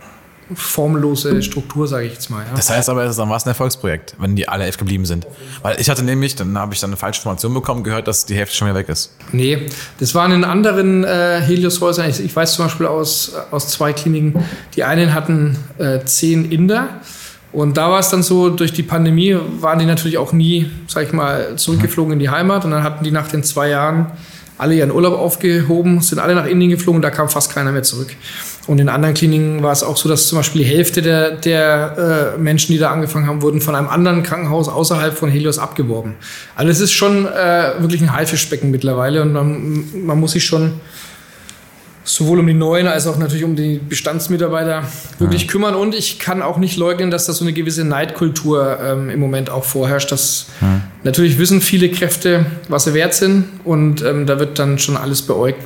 formlose Struktur, sage ich jetzt mal. Ja. Das heißt aber, es ist dann was ein Erfolgsprojekt, wenn die alle 11 geblieben sind. Weil ich hatte nämlich, dann habe ich dann eine falsche Information bekommen, gehört, dass die Hälfte schon wieder weg ist. Nee, das waren in anderen Helios-Häusern. Ich weiß zum Beispiel aus 2 Kliniken, die einen hatten 10 Inder. Und da war es dann so, durch die Pandemie waren die natürlich auch nie, sag ich mal, zurückgeflogen in die Heimat. Und dann hatten die nach den 2 Jahren alle ihren Urlaub aufgehoben, sind alle nach Indien geflogen, da kam fast keiner mehr zurück. Und in anderen Kliniken war es auch so, dass zum Beispiel die Hälfte der Menschen, die da angefangen haben, wurden von einem anderen Krankenhaus außerhalb von Helios abgeworben. Also es ist schon wirklich ein Haifischbecken mittlerweile und man muss sich schon sowohl um die neuen als auch natürlich um die Bestandsmitarbeiter wirklich kümmern. Und ich kann auch nicht leugnen, dass da so eine gewisse Neidkultur im Moment auch vorherrscht. Dass natürlich wissen viele Kräfte, was sie wert sind. Und da wird dann schon alles beäugt.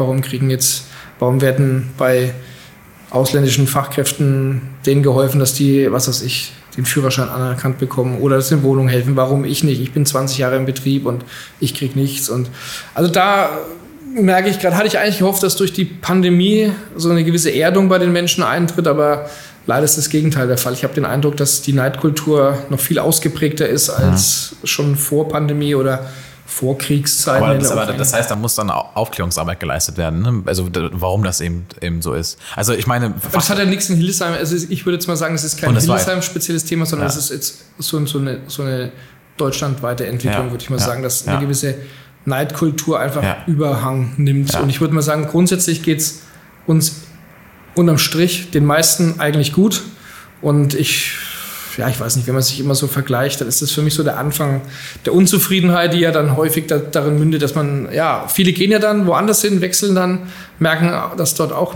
Warum werden bei ausländischen Fachkräften denen geholfen, dass die, den Führerschein anerkannt bekommen oder dass sie in Wohnung helfen. Warum ich nicht? Ich bin 20 Jahre im Betrieb und ich kriege nichts. Und also da merke ich gerade, hatte ich eigentlich gehofft, dass durch die Pandemie so eine gewisse Erdung bei den Menschen eintritt, aber leider ist das Gegenteil der Fall. Ich habe den Eindruck, dass die Neidkultur noch viel ausgeprägter ist als schon vor Pandemie oder vor Kriegszeiten. Aber das heißt, da muss dann Aufklärungsarbeit geleistet werden, ne? Also warum das eben so ist. Also ich meine... Das hat ja nichts in Hildesheim, also ich würde jetzt mal sagen, es ist kein Hildesheim-spezielles Thema, sondern es ist jetzt so eine deutschlandweite Entwicklung, würde ich mal sagen, dass eine gewisse Neidkultur einfach Überhang nimmt. Und ich würde mal sagen, grundsätzlich geht es uns unterm Strich den meisten eigentlich gut. Und ich weiß nicht, wenn man sich immer so vergleicht, dann ist das für mich so der Anfang der Unzufriedenheit, die ja dann häufig darin mündet, dass man, viele gehen ja dann woanders hin, wechseln dann, merken, dass dort auch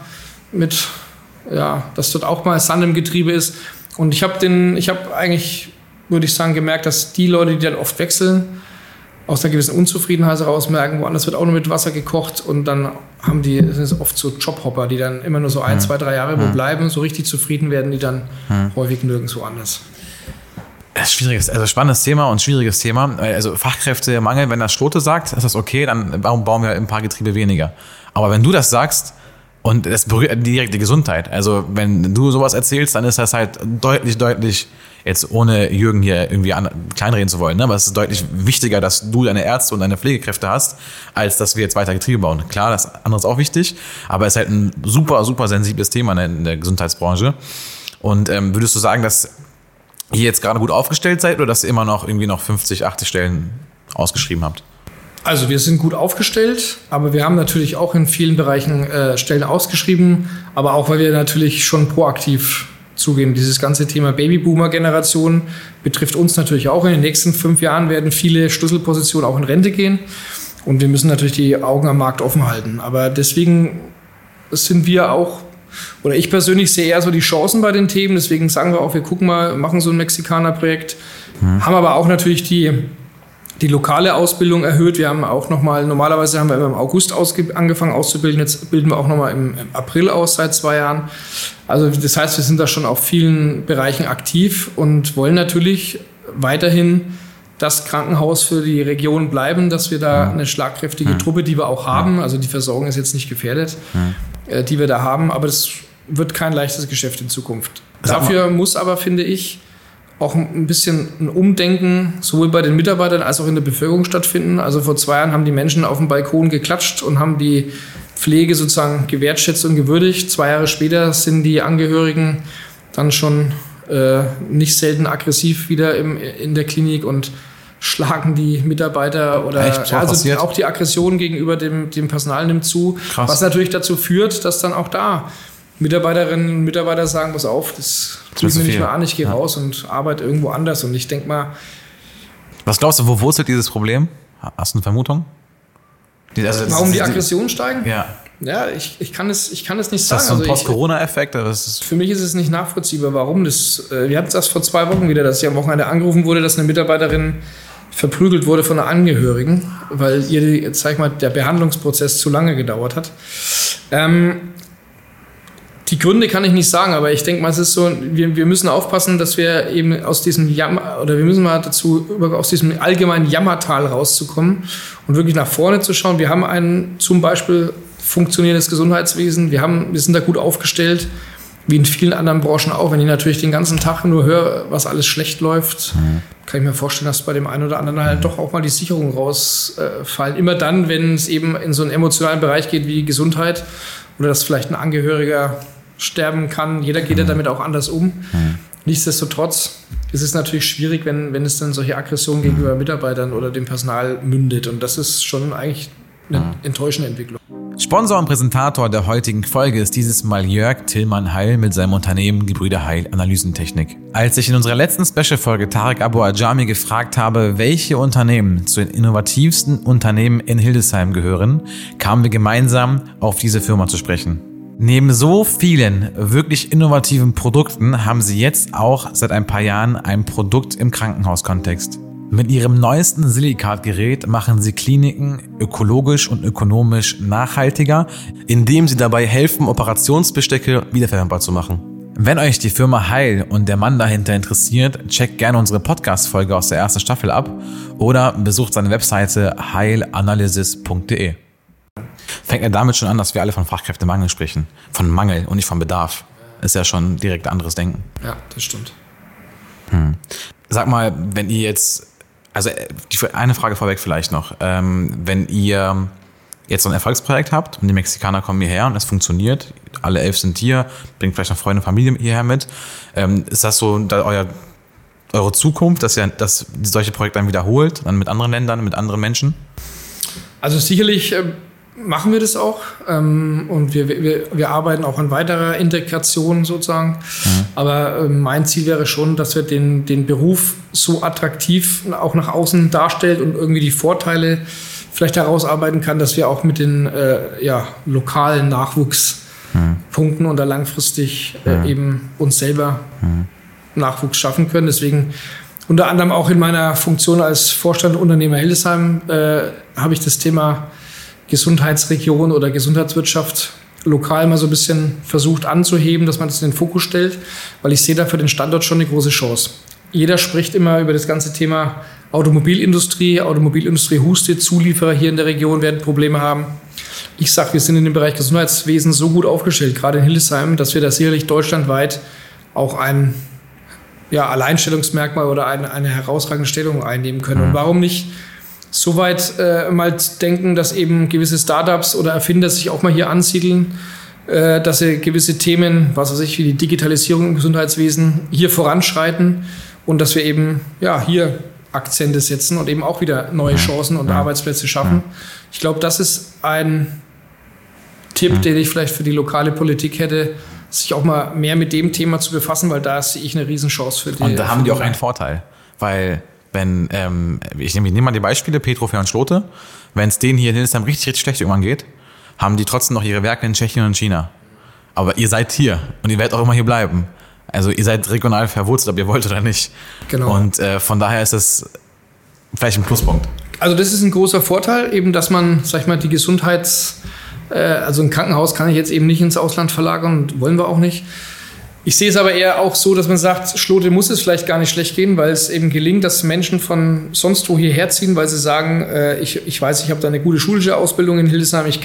dass dort auch mal Sand im Getriebe ist. Und ich habe eigentlich, würde ich sagen, gemerkt, dass die Leute, die dann oft wechseln, aus einer gewissen Unzufriedenheit heraus merken, woanders wird auch nur mit Wasser gekocht und dann sind es oft so Jobhopper, die dann immer nur so 1, 2, 3 Jahre wo bleiben, so richtig zufrieden werden die dann häufig nirgendwo anders. Das ist spannendes Thema und schwieriges Thema. Also Fachkräftemangel, wenn das Schlote sagt, ist das okay, dann warum bauen wir ein paar Getriebe weniger? Aber wenn du das sagst und das berührt direkt die Gesundheit, also wenn du sowas erzählst, dann ist das halt deutlich, jetzt ohne Jürgen hier irgendwie kleinreden zu wollen, ne? Aber es ist deutlich wichtiger, dass du deine Ärzte und deine Pflegekräfte hast, als dass wir jetzt weiter Getriebe bauen. Klar, das andere ist auch wichtig, aber es ist halt ein super, super sensibles Thema in der Gesundheitsbranche. Und würdest du sagen, dass ihr jetzt gerade gut aufgestellt seid oder dass ihr immer noch irgendwie 50, 80 Stellen ausgeschrieben habt? Also wir sind gut aufgestellt, aber wir haben natürlich auch in vielen Bereichen Stellen ausgeschrieben, aber auch, weil wir natürlich schon proaktiv zugehen. Dieses ganze Thema Babyboomer-Generation betrifft uns natürlich auch. In den nächsten 5 Jahren werden viele Schlüsselpositionen auch in Rente gehen und wir müssen natürlich die Augen am Markt offen halten. Aber deswegen sind wir auch, oder ich persönlich sehe eher so die Chancen bei den Themen, deswegen sagen wir auch, wir gucken mal, machen so ein Mexikaner-Projekt, haben aber auch natürlich die lokale Ausbildung erhöht. Wir haben auch normalerweise haben wir im August angefangen auszubilden, jetzt bilden wir auch nochmal im April aus, seit 2 Jahren. Also das heißt, wir sind da schon auf vielen Bereichen aktiv und wollen natürlich weiterhin das Krankenhaus für die Region bleiben, dass wir da eine schlagkräftige Truppe, die wir auch haben, also die Versorgung ist jetzt nicht gefährdet, die wir da haben, aber das wird kein leichtes Geschäft in Zukunft. Dafür muss aber, finde ich, auch ein bisschen ein Umdenken sowohl bei den Mitarbeitern als auch in der Bevölkerung stattfinden. Also vor 2 Jahren haben die Menschen auf dem Balkon geklatscht und haben die Pflege sozusagen gewertschätzt und gewürdigt. 2 Jahre später sind die Angehörigen dann schon nicht selten aggressiv wieder in der Klinik und schlagen die Mitarbeiter oder also auch die Aggression gegenüber dem Personal nimmt zu. Krass. Was natürlich dazu führt, dass dann auch da Mitarbeiterinnen und Mitarbeiter sagen, pass auf, das tue ich mir nicht mehr an, ich gehe raus und arbeite irgendwo anders. Und ich denke mal... Was glaubst du, wo wurzelt dieses Problem? Hast du eine Vermutung? Warum die Aggressionen steigen? Ja. Ja, ich kann es nicht sagen. Das ist so ein Post-Corona-Effekt? Für mich ist es nicht nachvollziehbar, warum das... Wir hatten es erst vor 2 Wochen wieder, dass ich am Wochenende angerufen wurde, dass eine Mitarbeiterin verprügelt wurde von einer Angehörigen, weil ihr, sag ich mal, der Behandlungsprozess zu lange gedauert hat. Die Gründe kann ich nicht sagen, aber ich denke mal, es ist so, wir müssen aufpassen, dass wir eben aus diesem aus diesem allgemeinen Jammertal rauszukommen und wirklich nach vorne zu schauen. Wir haben zum Beispiel funktionierendes Gesundheitswesen, wir sind da gut aufgestellt, wie in vielen anderen Branchen auch. Wenn ich natürlich den ganzen Tag nur höre, was alles schlecht läuft, kann ich mir vorstellen, dass bei dem einen oder anderen halt doch auch mal die Sicherungen rausfallen. Immer dann, wenn es eben in so einen emotionalen Bereich geht wie Gesundheit oder dass vielleicht ein Angehöriger sterben kann. Jeder geht ja damit auch anders um. Nichtsdestotrotz ist es natürlich schwierig, wenn es dann solche Aggressionen gegenüber Mitarbeitern oder dem Personal mündet. Und das ist schon eigentlich eine enttäuschende Entwicklung. Sponsor und Präsentator der heutigen Folge ist dieses Mal Jörg Tillmann Heil mit seinem Unternehmen Gebrüder Heil Analysentechnik. Als ich in unserer letzten Special-Folge Tarek Abu Ajami gefragt habe, welche Unternehmen zu den innovativsten Unternehmen in Hildesheim gehören, kamen wir gemeinsam auf diese Firma zu sprechen. Neben so vielen wirklich innovativen Produkten haben sie jetzt auch seit ein paar Jahren ein Produkt im Krankenhauskontext. Mit ihrem neuesten Silikat-Gerät machen sie Kliniken ökologisch und ökonomisch nachhaltiger, indem sie dabei helfen, Operationsbestecke wiederverwendbar zu machen. Wenn euch die Firma Heil und der Mann dahinter interessiert, checkt gerne unsere Podcast-Folge aus der ersten Staffel ab oder besucht seine Webseite heilanalysis.de. Fängt ja damit schon an, dass wir alle von Fachkräftemangel sprechen. Von Mangel und nicht von Bedarf. Ist ja schon direkt anderes Denken. Ja, das stimmt. Sag mal, wenn ihr jetzt... Also eine Frage vorweg vielleicht noch. Wenn ihr jetzt so ein Erfolgsprojekt habt und die Mexikaner kommen hierher und es funktioniert, alle 11 sind hier, bringt vielleicht noch Freunde und Familie hierher mit, ist das so eure Zukunft, dass solche Projekte dann wiederholt, dann mit anderen Ländern, mit anderen Menschen? Also sicherlich machen wir das auch und wir arbeiten auch an weiterer Integration sozusagen. Aber mein Ziel wäre schon, dass wir den Beruf so attraktiv auch nach außen darstellt und irgendwie die Vorteile vielleicht herausarbeiten kann, dass wir auch mit den lokalen Nachwuchspunkten und da langfristig eben uns selber Nachwuchs schaffen können. Deswegen unter anderem auch in meiner Funktion als Vorstand Unternehmer Hildesheim habe ich das Thema Gesundheitsregion oder Gesundheitswirtschaft lokal mal so ein bisschen versucht anzuheben, dass man das in den Fokus stellt, weil ich sehe da für den Standort schon eine große Chance. Jeder spricht immer über das ganze Thema Automobilindustrie. Automobilindustrie hustet, Zulieferer hier in der Region werden Probleme haben. Ich sage, wir sind in dem Bereich Gesundheitswesen so gut aufgestellt, gerade in Hildesheim, dass wir da sicherlich deutschlandweit auch ein Alleinstellungsmerkmal oder eine herausragende Stellung einnehmen können. Und warum nicht so weit mal denken, dass eben gewisse Startups oder Erfinder sich auch mal hier ansiedeln, dass sie gewisse Themen, wie die Digitalisierung im Gesundheitswesen hier voranschreiten und dass wir eben hier Akzente setzen und eben auch wieder neue Chancen und Arbeitsplätze schaffen. Ich glaube, das ist ein Tipp, den ich vielleicht für die lokale Politik hätte, sich auch mal mehr mit dem Thema zu befassen, weil da sehe ich eine Riesenchance für die. Und da haben die auch einen Vorteil, weil wenn, ich nehme mal die Beispiele, Petrofer und Schlote, wenn es denen hier in Hildesheim richtig, richtig schlecht irgendwann geht, haben die trotzdem noch ihre Werke in Tschechien und China. Aber ihr seid hier und ihr werdet auch immer hier bleiben. Also ihr seid regional verwurzelt, ob ihr wollt oder nicht. Genau. Und von daher ist es vielleicht ein Pluspunkt. Also das ist ein großer Vorteil, eben, dass man, die also ein Krankenhaus kann ich jetzt eben nicht ins Ausland verlagern und wollen wir auch nicht. Ich sehe es aber eher auch so, dass man sagt, Schlote muss es vielleicht gar nicht schlecht gehen, weil es eben gelingt, dass Menschen von sonst wo hierher ziehen, weil sie sagen, ich weiß, ich habe da eine gute schulische Ausbildung in Hildesheim, ich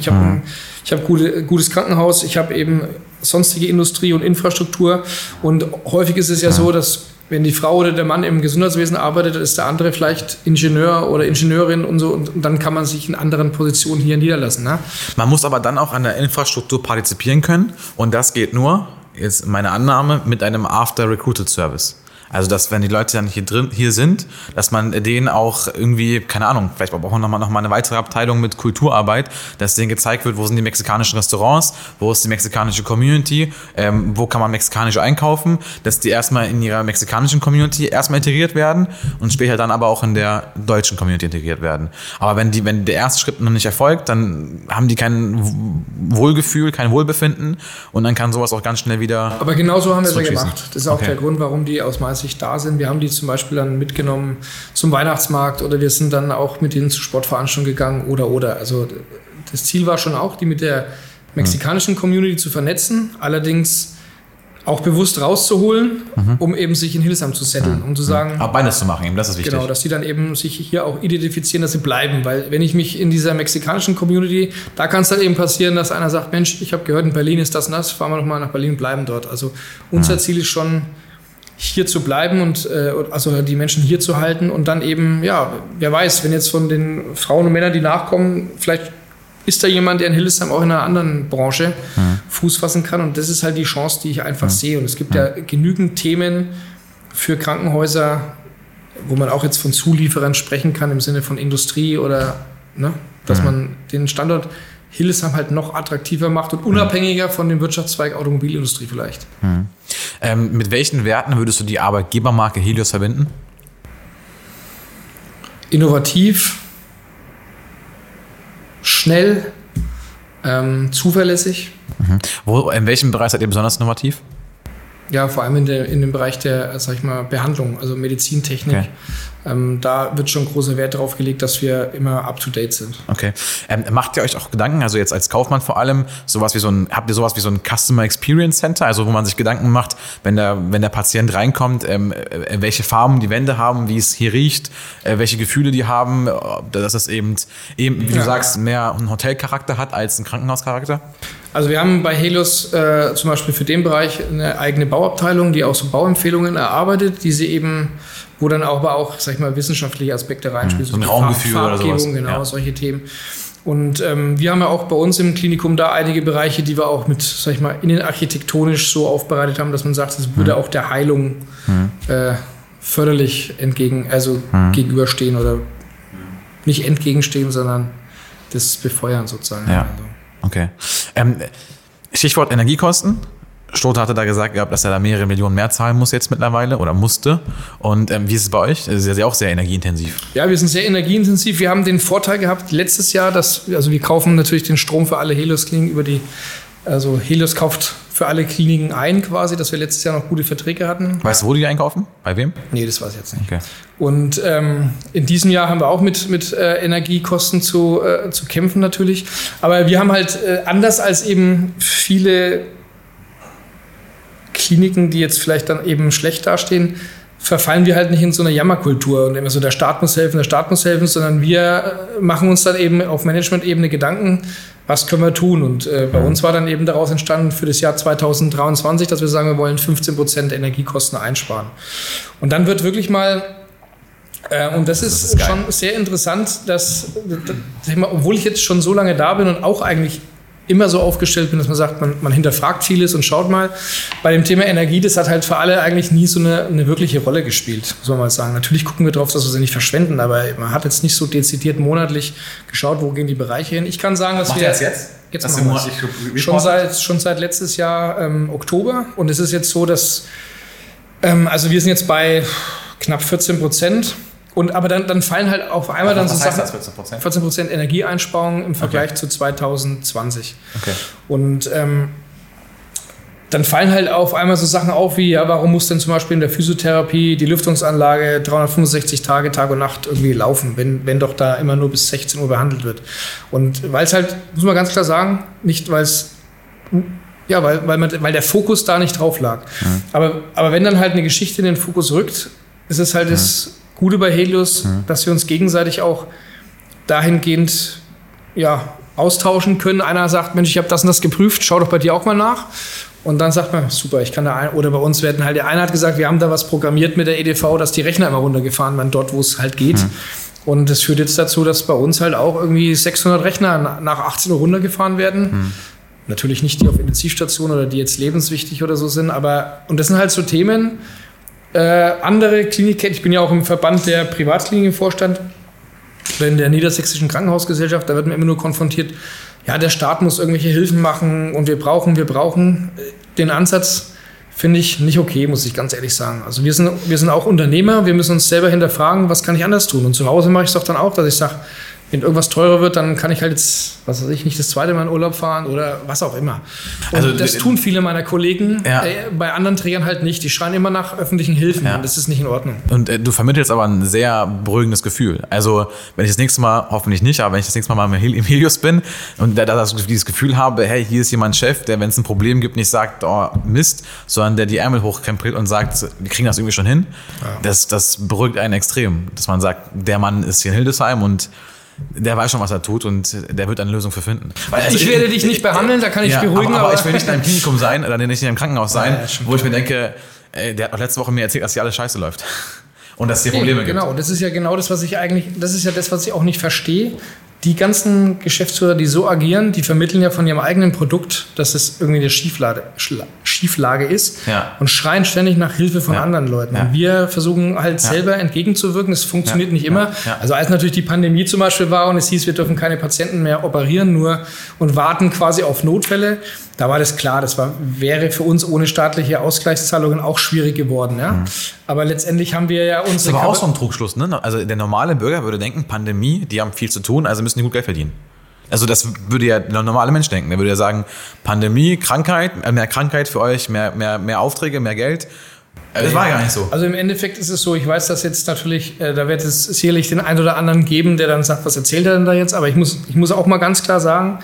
habe gutes Krankenhaus, ich habe eben sonstige Industrie und Infrastruktur und häufig ist es ja so, dass wenn die Frau oder der Mann im Gesundheitswesen arbeitet, ist der andere vielleicht Ingenieur oder Ingenieurin und so und dann kann man sich in anderen Positionen hier niederlassen. Ne? Man muss aber dann auch an der Infrastruktur partizipieren können und das geht nur, jetzt meine Annahme, mit einem After-Recruited-Service. Also, dass wenn die Leute dann hier sind, dass man denen auch irgendwie, keine Ahnung, vielleicht brauchen wir noch mal eine weitere Abteilung mit Kulturarbeit, dass denen gezeigt wird, wo sind die mexikanischen Restaurants, wo ist die mexikanische Community, wo kann man mexikanisch einkaufen, dass die erstmal in ihrer mexikanischen Community erstmal integriert werden und später dann aber auch in der deutschen Community integriert werden. Aber wenn der erste Schritt noch nicht erfolgt, dann haben die kein Wohlgefühl, kein Wohlbefinden und dann kann sowas auch ganz schnell wieder. Aber genauso haben wir es ja gemacht. Das ist auch der Grund, warum die aus meiner Sicht da sind. Wir haben die zum Beispiel dann mitgenommen zum Weihnachtsmarkt oder wir sind dann auch mit denen zu Sportveranstaltungen gegangen oder. Also das Ziel war schon auch, die mit der mexikanischen Community zu vernetzen, allerdings auch bewusst rauszuholen, um eben sich in Hildesheim zu setteln, um zu sagen... Aber beides zu machen, eben, das ist wichtig. Genau, dass die dann eben sich hier auch identifizieren, dass sie bleiben, weil wenn ich mich in dieser mexikanischen Community, da kann es dann eben passieren, dass einer sagt, Mensch, ich habe gehört, in Berlin ist das und das, fahren wir doch mal nach Berlin und bleiben dort. Also unser Ziel ist schon, hier zu bleiben und also die Menschen hier zu halten und dann eben, ja, wer weiß, wenn jetzt von den Frauen und Männern, die nachkommen, vielleicht ist da jemand, der in Hildesheim auch in einer anderen Branche Fuß fassen kann und das ist halt die Chance, die ich einfach sehe und es gibt ja genügend Themen für Krankenhäuser, wo man auch jetzt von Zulieferern sprechen kann im Sinne von Industrie oder, ne, dass man den Standort Hildesheim halt noch attraktiver macht und unabhängiger von dem Wirtschaftszweig Automobilindustrie vielleicht. Mit welchen Werten würdest du die Arbeitgebermarke Helios verbinden? Innovativ, schnell, zuverlässig. In welchem Bereich seid ihr besonders innovativ? Ja, vor allem in dem Bereich der, sag ich mal, Behandlung, also Medizintechnik. Okay. Da wird schon großer Wert darauf gelegt, dass wir immer up-to-date sind. Okay. Macht ihr euch auch Gedanken, also jetzt als Kaufmann vor allem, habt ihr sowas wie so ein Customer Experience Center, also wo man sich Gedanken macht, wenn der Patient reinkommt, welche Farben die Wände haben, wie es hier riecht, welche Gefühle die haben, dass es eben wie du sagst, mehr einen Hotelcharakter hat als einen Krankenhauscharakter? Also wir haben bei Helios zum Beispiel für den Bereich eine eigene Bauabteilung, die auch so Bauempfehlungen erarbeitet, die sie eben, wo dann aber auch, sag ich mal, wissenschaftliche Aspekte reinspielen. So ein Raumgefühl oder sowas. Genau, ja. Solche Themen. Und wir haben ja auch bei uns im Klinikum da einige Bereiche, die wir auch mit, sag ich mal, innenarchitektonisch so aufbereitet haben, dass man sagt, es würde auch der Heilung förderlich gegenüberstehen oder nicht entgegenstehen, sondern das befeuern sozusagen. Ja. Okay. Stichwort Energiekosten. Stote hatte da gesagt, dass er da mehrere Millionen mehr zahlen muss jetzt mittlerweile oder musste. Und wie ist es bei euch? Das ist ja auch sehr energieintensiv. Ja, wir sind sehr energieintensiv. Wir haben den Vorteil gehabt letztes Jahr, wir kaufen natürlich den Strom für alle Helios-Kliniken also Helios kauft für alle Kliniken ein quasi, dass wir letztes Jahr noch gute Verträge hatten. Weißt du, wo die einkaufen? Bei wem? Nee, das weiß ich jetzt nicht. Okay. Und in diesem Jahr haben wir auch mit Energiekosten zu kämpfen natürlich. Aber wir haben halt anders als eben viele Kliniken, die jetzt vielleicht dann eben schlecht dastehen, verfallen wir halt nicht in so eine Jammerkultur und immer so, der Staat muss helfen, sondern wir machen uns dann eben auf Management-Ebene Gedanken, was können wir tun? Und bei uns war dann eben daraus entstanden für das Jahr 2023, dass wir sagen, wir wollen 15% Energiekosten einsparen. Und dann wird wirklich mal, und das ist schon sehr interessant, dass, sag ich mal, obwohl ich jetzt schon so lange da bin und auch eigentlich immer so aufgestellt bin, dass man sagt, man hinterfragt vieles und schaut mal. Bei dem Thema Energie, das hat halt für alle eigentlich nie so eine wirkliche Rolle gespielt, muss man mal sagen. Natürlich gucken wir drauf, dass wir sie nicht verschwenden, aber man hat jetzt nicht so dezidiert monatlich geschaut, wo gehen die Bereiche hin. Ich kann sagen, dass wir... Jetzt machen wir es. Schon seit letztes Jahr Oktober. Und es ist jetzt so, dass... also wir sind jetzt bei knapp 14%. Aber dann fallen halt auf einmal dann so Sachen, 14% Energieeinsparung im Vergleich zu 2020. Okay. Und dann fallen halt auf einmal so Sachen auf wie, ja, warum muss denn zum Beispiel in der Physiotherapie die Lüftungsanlage 365 Tage, Tag und Nacht irgendwie laufen, wenn doch da immer nur bis 16 Uhr behandelt wird. Und weil es halt, muss man ganz klar sagen, nicht weil es... Ja, weil der Fokus da nicht drauf lag. Aber wenn dann halt eine Geschichte in den Fokus rückt, ist es halt das Gute bei Helios, dass wir uns gegenseitig auch dahingehend austauschen können. Einer sagt, Mensch, ich habe das und das geprüft, schau doch bei dir auch mal nach. Und dann sagt man, super, ich kann oder bei uns werden halt, der eine hat gesagt, wir haben da was programmiert mit der EDV, dass die Rechner immer runtergefahren werden, dort, wo es halt geht. Und das führt jetzt dazu, dass bei uns halt auch irgendwie 600 Rechner nach 18 Uhr runtergefahren werden. Natürlich nicht die auf Intensivstation oder die jetzt lebenswichtig oder so sind, und das sind halt so Themen, andere Klinikketten, ich bin ja auch im Verband der Privatklinikenvorstand, in der Niedersächsischen Krankenhausgesellschaft, da wird man immer nur konfrontiert, ja, der Staat muss irgendwelche Hilfen machen und wir brauchen. Den Ansatz finde ich nicht okay, muss ich ganz ehrlich sagen. Also wir sind auch Unternehmer, wir müssen uns selber hinterfragen, was kann ich anders tun? Und zu Hause mache ich es doch dann auch, dass ich sage, wenn irgendwas teurer wird, dann kann ich halt jetzt, was weiß ich, nicht das zweite Mal in Urlaub fahren oder was auch immer. Und also, das tun viele meiner Kollegen, bei anderen Trägern halt nicht. Die schreien immer nach öffentlichen Hilfen und das ist nicht in Ordnung. Und du vermittelst aber ein sehr beruhigendes Gefühl. Also wenn ich das nächste Mal, hoffentlich nicht, aber wenn ich das nächste Mal im Helios bin und da dieses Gefühl habe, hey, hier ist jemand Chef, der, wenn es ein Problem gibt, nicht sagt, oh Mist, sondern der die Ärmel hochkrempelt und sagt, wir kriegen das irgendwie schon hin, das beruhigt einen extrem. Dass man sagt, der Mann ist hier in Hildesheim und der weiß schon, was er tut und der wird eine Lösung für finden. Also ich werde dich nicht behandeln, da kann ich beruhigen. Aber ich will nicht in einem Klinikum sein oder nicht in einem Krankenhaus sein, wo ich mir denke, der hat doch letzte Woche mir erzählt, dass hier alles scheiße läuft. Und dass es hier Probleme gibt. Genau, das ist ja genau das, was ich auch nicht verstehe. Die ganzen Geschäftsführer, die so agieren, die vermitteln ja von ihrem eigenen Produkt, dass es irgendwie eine Schieflage ist und schreien ständig nach Hilfe von anderen Leuten. Und wir versuchen halt selber entgegenzuwirken. Das funktioniert nicht immer. Also als natürlich die Pandemie zum Beispiel war und es hieß, wir dürfen keine Patienten mehr operieren und warten quasi auf Notfälle, da war das klar, wäre für uns ohne staatliche Ausgleichszahlungen auch schwierig geworden. Ja? Aber letztendlich haben wir ja unsere... Das ist aber auch so ein Trugschluss, ne? Also der normale Bürger würde denken, Pandemie, die haben viel zu tun, also müssen die gut Geld verdienen. Also das würde ja der normale Mensch denken. Der würde ja sagen, Pandemie, Krankheit, mehr Krankheit für euch, mehr Aufträge, mehr Geld. Das war ja gar nicht so. Also im Endeffekt ist es so, ich weiß, dass jetzt natürlich, da wird es sicherlich den einen oder anderen geben, der dann sagt, was erzählt er denn da jetzt? Aber ich muss auch mal ganz klar sagen,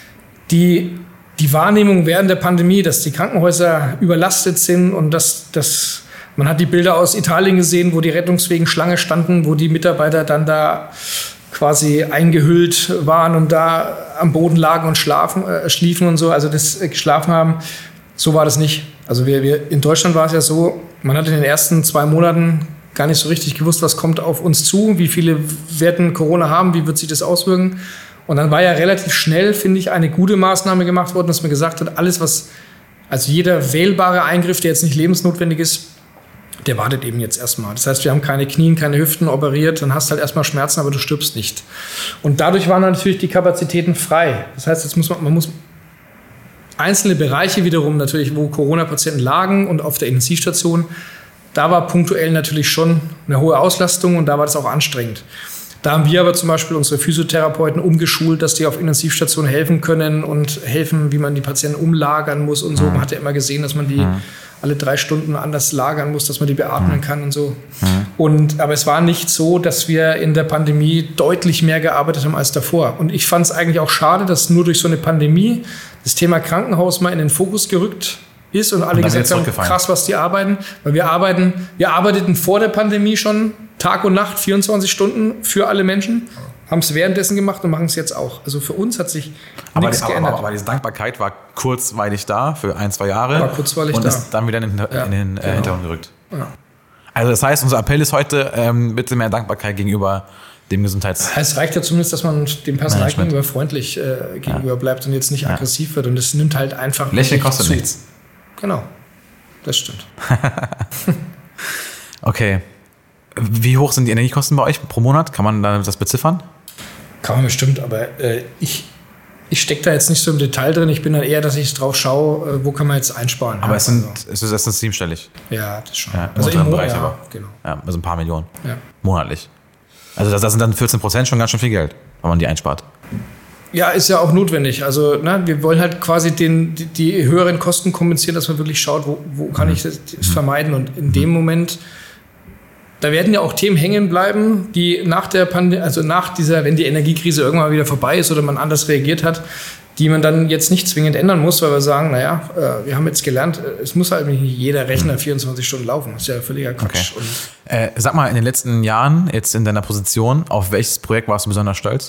die Wahrnehmung während der Pandemie, dass die Krankenhäuser überlastet sind und dass man hat die Bilder aus Italien gesehen, wo die Rettungswegen Schlange standen, wo die Mitarbeiter dann da quasi eingehüllt waren und da am Boden lagen und schliefen und so, also das geschlafen haben. So war das nicht. Also wir in Deutschland war es ja so, man hat in den ersten 2 Monaten gar nicht so richtig gewusst, was kommt auf uns zu, wie viele werden Corona haben, wie wird sich das auswirken. Und dann war ja relativ schnell, finde ich, eine gute Maßnahme gemacht worden, dass man gesagt hat, also jeder wählbare Eingriff, der jetzt nicht lebensnotwendig ist, der wartet eben jetzt erstmal. Das heißt, wir haben keine Knien, keine Hüften operiert, dann hast du halt erstmal Schmerzen, aber du stirbst nicht. Und dadurch waren natürlich die Kapazitäten frei. Das heißt, jetzt man muss einzelne Bereiche wiederum natürlich, wo Corona-Patienten lagen und auf der Intensivstation, da war punktuell natürlich schon eine hohe Auslastung und da war das auch anstrengend. Da haben wir aber zum Beispiel unsere Physiotherapeuten umgeschult, dass die auf Intensivstationen helfen können und helfen, wie man die Patienten umlagern muss und so. Man hat ja immer gesehen, dass man die alle 3 Stunden anders lagern muss, dass man die beatmen kann und so. Aber es war nicht so, dass wir in der Pandemie deutlich mehr gearbeitet haben als davor. Und ich fand es eigentlich auch schade, dass nur durch so eine Pandemie das Thema Krankenhaus mal in den Fokus gerückt ist und alle gesagt haben, krass, was die arbeiten. Weil wir arbeiteten vor der Pandemie schon Tag und Nacht, 24 Stunden für alle Menschen, haben es währenddessen gemacht und machen es jetzt auch. Also für uns hat sich nichts geändert. Aber diese Dankbarkeit war kurzweilig da, für 1-2 Jahre. War kurzweilig und ist dann wieder in den Hintergrund gerückt. Ja. Also das heißt, unser Appell ist heute, bitte mehr Dankbarkeit gegenüber dem Gesundheits... Es reicht ja zumindest, dass man dem Personal gegenüber freundlich gegenüber bleibt und jetzt nicht aggressiv wird. Und es nimmt halt einfach... Lächeln kostet nichts. Genau, das stimmt. Okay. Wie hoch sind die Energiekosten bei euch pro Monat? Kann man das beziffern? Kann man bestimmt, aber ich stecke da jetzt nicht so im Detail drin. Ich bin dann eher, dass ich drauf schaue, wo kann man jetzt einsparen. Aber es ist siebenstellig. Ja, das schon. Ja, also im Bereich aber. Genau. Ja, also ein paar Millionen. Ja. Monatlich. Also das sind dann 14% schon ganz schön viel Geld, wenn man die einspart. Ja, ist ja auch notwendig. Also wir wollen halt quasi die höheren Kosten kompensieren, dass man wirklich schaut, wo kann ich das vermeiden. Und in dem Moment, da werden ja auch Themen hängen bleiben, die nach der Pandemie, also wenn die Energiekrise irgendwann wieder vorbei ist oder man anders reagiert hat, die man dann jetzt nicht zwingend ändern muss, weil wir sagen, wir haben jetzt gelernt, es muss halt nicht jeder Rechner 24 Stunden laufen. Das ist ja völliger Quatsch. Okay. Sag mal, in den letzten Jahren, jetzt in deiner Position, auf welches Projekt warst du besonders stolz?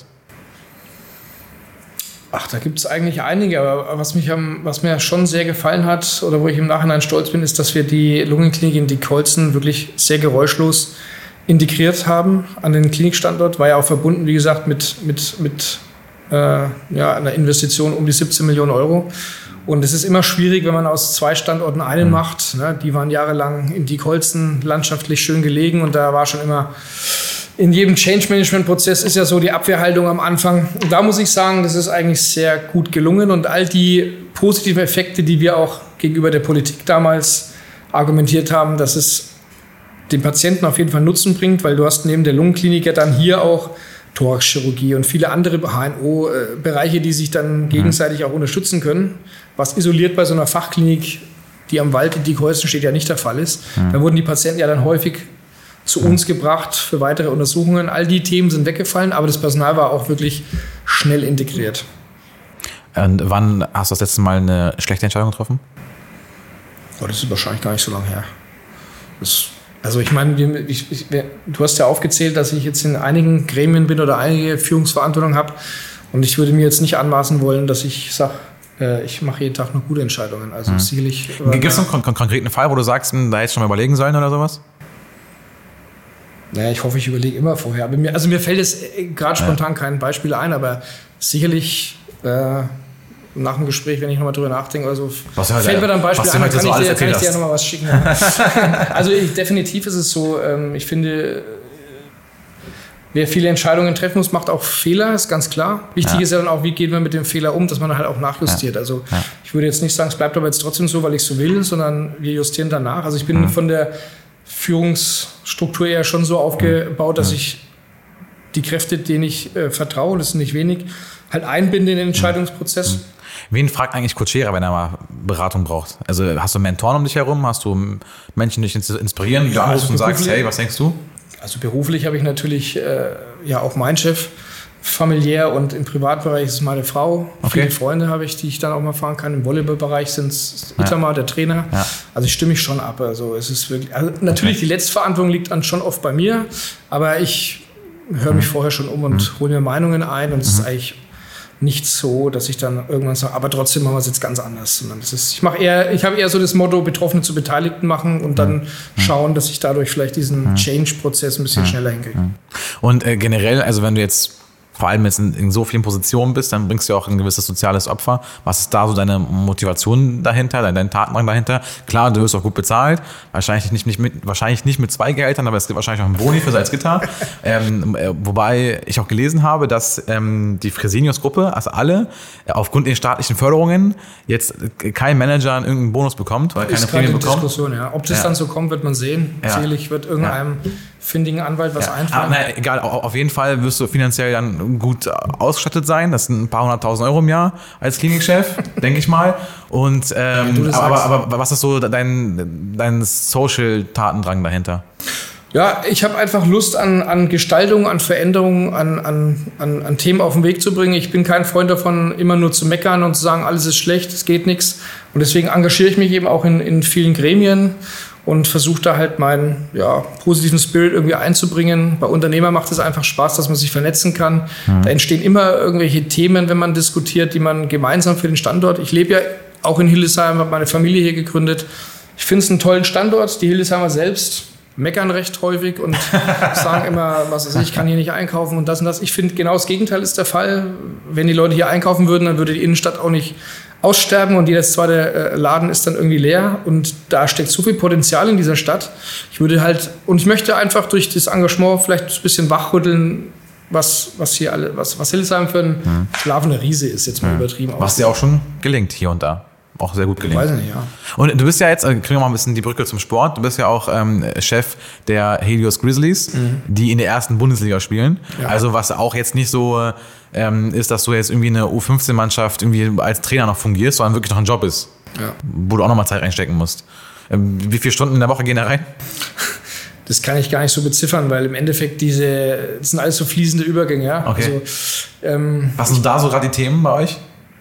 Ach, da gibt es eigentlich einige, aber was mir schon sehr gefallen hat oder wo ich im Nachhinein stolz bin, ist, dass wir die Lungenklinik in Diekholzen wirklich sehr geräuschlos integriert haben an den Klinikstandort. War ja auch verbunden, wie gesagt, mit einer Investition um die 17 Millionen Euro. Und es ist immer schwierig, wenn man aus 2 Standorten einen macht. Ne? Die waren jahrelang in Diekholzen landschaftlich schön gelegen und da war schon immer, in jedem Change-Management-Prozess ist ja so die Abwehrhaltung am Anfang. Und da muss ich sagen, das ist eigentlich sehr gut gelungen und all die positiven Effekte, die wir auch gegenüber der Politik damals argumentiert haben, dass es dem Patienten auf jeden Fall Nutzen bringt, weil du hast neben der Lungenklinik ja dann hier auch Thoraxchirurgie und viele andere HNO-Bereiche, die sich dann gegenseitig auch unterstützen können, was isoliert bei so einer Fachklinik, die am Wald in Diekholzen steht, ja nicht der Fall ist. Da wurden die Patienten ja dann häufig zu uns gebracht für weitere Untersuchungen. All die Themen sind weggefallen, aber das Personal war auch wirklich schnell integriert. Und wann hast du das letzte Mal eine schlechte Entscheidung getroffen? Oh, das ist wahrscheinlich gar nicht so lange her. Also ich meine, du hast ja aufgezählt, dass ich jetzt in einigen Gremien bin oder einige Führungsverantwortung habe. Und ich würde mir jetzt nicht anmaßen wollen, dass ich sage, ich mache jeden Tag nur gute Entscheidungen. Also sicherlich. Gibt es einen konkreten Fall, wo du sagst, da hättest du schon mal überlegen sollen oder sowas? Naja, ich hoffe, ich überlege immer vorher. Aber mir fällt jetzt gerade spontan kein Beispiel ein, aber sicherlich nach dem Gespräch, wenn ich nochmal drüber nachdenke, also fällt mir dann ein Beispiel ein, dann kann ich dir ja nochmal was schicken. Also definitiv ist es so, ich finde, wer viele Entscheidungen treffen muss, macht auch Fehler, ist ganz klar. Wichtig ist ja dann auch, wie geht man mit dem Fehler um, dass man halt auch nachjustiert. Also ich würde jetzt nicht sagen, es bleibt aber jetzt trotzdem so, weil ich so will, sondern wir justieren danach. Also ich bin von der Führungsstruktur eher schon so aufgebaut, dass ich die Kräfte, denen ich vertraue, das sind nicht wenig, halt einbinde in den Entscheidungsprozess. Wen fragt eigentlich Kutschera, wenn er mal Beratung braucht? Also hast du Mentoren um dich herum? Hast du Menschen, die dich inspirieren, die du anrufst und sagst, hey, was denkst du? Also beruflich habe ich natürlich auch meinen Chef. Familiär und im Privatbereich ist es meine Frau. Okay. Viele Freunde habe ich, die ich dann auch mal fahren kann. Im Volleyballbereich sind es Itamar, der Trainer. Ja. Also ich stimme mich schon ab. Also es ist wirklich, natürlich die Letztverantwortung liegt dann schon oft bei mir, aber ich höre mich vorher schon um und hole mir Meinungen ein und es ist eigentlich nicht so, dass ich dann irgendwann sage, aber trotzdem machen wir es jetzt ganz anders. Sondern ich habe eher so das Motto, Betroffene zu Beteiligten machen und dann schauen, dass ich dadurch vielleicht diesen Change-Prozess ein bisschen schneller hinkriege. Und generell, also wenn du jetzt vor allem jetzt in so vielen Positionen bist, dann bringst du auch ein gewisses soziales Opfer. Was ist da so deine Motivation dahinter, dein Tatendrang dahinter? Klar, du wirst auch gut bezahlt, wahrscheinlich nicht mit 2 Gehältern, aber es gibt wahrscheinlich auch einen Boni für Salzgitter. Wobei ich auch gelesen habe, dass die Fresenius-Gruppe, also alle, aufgrund der staatlichen Förderungen jetzt kein Manager irgendeinen Bonus bekommt, weil keine Prämie bekommt. Diskussion, ja. Ob das dann so kommt, wird man sehen. Sicherlich wird irgendeinem findigen Anwalt was einfallen. Aber, egal, auf jeden Fall wirst du finanziell dann gut ausgestattet sein. Das sind ein paar 100.000 Euro im Jahr als Klinikchef, denke ich mal. Und aber was ist so dein Social-Tatendrang dahinter? Ja, ich habe einfach Lust an Gestaltung, an Veränderung, an Themen auf den Weg zu bringen. Ich bin kein Freund davon, immer nur zu meckern und zu sagen, alles ist schlecht, es geht nichts. Und deswegen engagiere ich mich eben auch in vielen Gremien und versuche da halt meinen positiven Spirit irgendwie einzubringen. Bei Unternehmern macht es einfach Spaß, dass man sich vernetzen kann. Da entstehen immer irgendwelche Themen, wenn man diskutiert, die man gemeinsam für den Standort. Ich lebe ja auch in Hildesheim, habe meine Familie hier gegründet. Ich finde es einen tollen Standort. Die Hildesheimer selbst meckern recht häufig und sagen immer, was weiß ich kann hier nicht einkaufen und das und das. Ich finde, genau das Gegenteil ist der Fall. Wenn die Leute hier einkaufen würden, dann würde die Innenstadt auch nicht aussterben und jedes zweite Laden ist dann irgendwie leer und da steckt so viel Potenzial in dieser Stadt. Ich möchte einfach durch das Engagement vielleicht ein bisschen wachrütteln, was Hildesheim für ein schlafender Riese ist, jetzt mal übertrieben. Was dir auch schon gelingt hier und da. Auch sehr gut gelingt. Weiß ich nicht, ja. Und du bist ja jetzt, kriegen wir mal ein bisschen die Brücke zum Sport, du bist ja auch Chef der Helios Grizzlies, die in der ersten Bundesliga spielen. Ja. Also was auch jetzt nicht so ist, dass du jetzt irgendwie eine U15-Mannschaft irgendwie als Trainer noch fungierst, sondern wirklich noch ein Job ist, wo du auch nochmal Zeit reinstecken musst. Wie viele Stunden in der Woche gehen da rein? Das kann ich gar nicht so beziffern, weil im Endeffekt das sind alles so fließende Übergänge. Ja? Okay. Also, was sind da so gerade die Themen bei euch?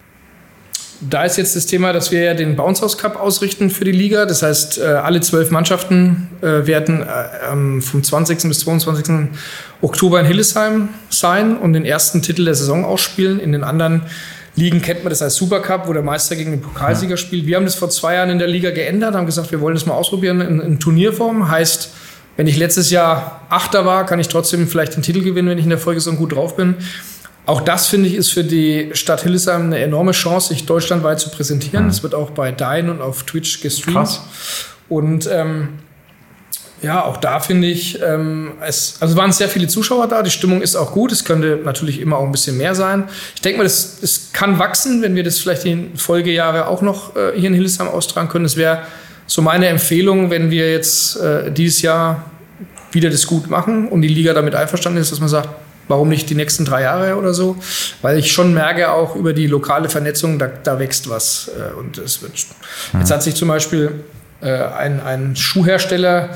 Da ist jetzt das Thema, dass wir ja den Bounce House Cup ausrichten für die Liga. Das heißt, alle 12 Mannschaften werden vom 20. bis 22. Oktober in Hildesheim sein und den ersten Titel der Saison ausspielen. In den anderen Ligen kennt man das als Supercup, wo der Meister gegen den Pokalsieger spielt. Wir haben das vor 2 Jahren in der Liga geändert, haben gesagt, wir wollen das mal ausprobieren in Turnierform. Heißt, wenn ich letztes Jahr Achter war, kann ich trotzdem vielleicht den Titel gewinnen, wenn ich in der Folgesaison gut drauf bin. Auch das, finde ich, ist für die Stadt Hildesheim eine enorme Chance, sich deutschlandweit zu präsentieren. Es wird auch bei Dyn und auf Twitch gestreamt. Krass. Und auch da finde ich, also waren sehr viele Zuschauer da, die Stimmung ist auch gut, es könnte natürlich immer auch ein bisschen mehr sein. Ich denke mal, das kann wachsen, wenn wir das vielleicht in Folgejahre auch noch hier in Hildesheim austragen können. Das wäre so meine Empfehlung, wenn wir jetzt dieses Jahr wieder das gut machen und die Liga damit einverstanden ist, dass man sagt, warum nicht die nächsten 3 Jahre oder so? Weil ich schon merke, auch über die lokale Vernetzung, da wächst was. Und es wird. Jetzt hat sich zum Beispiel ein Schuhhersteller,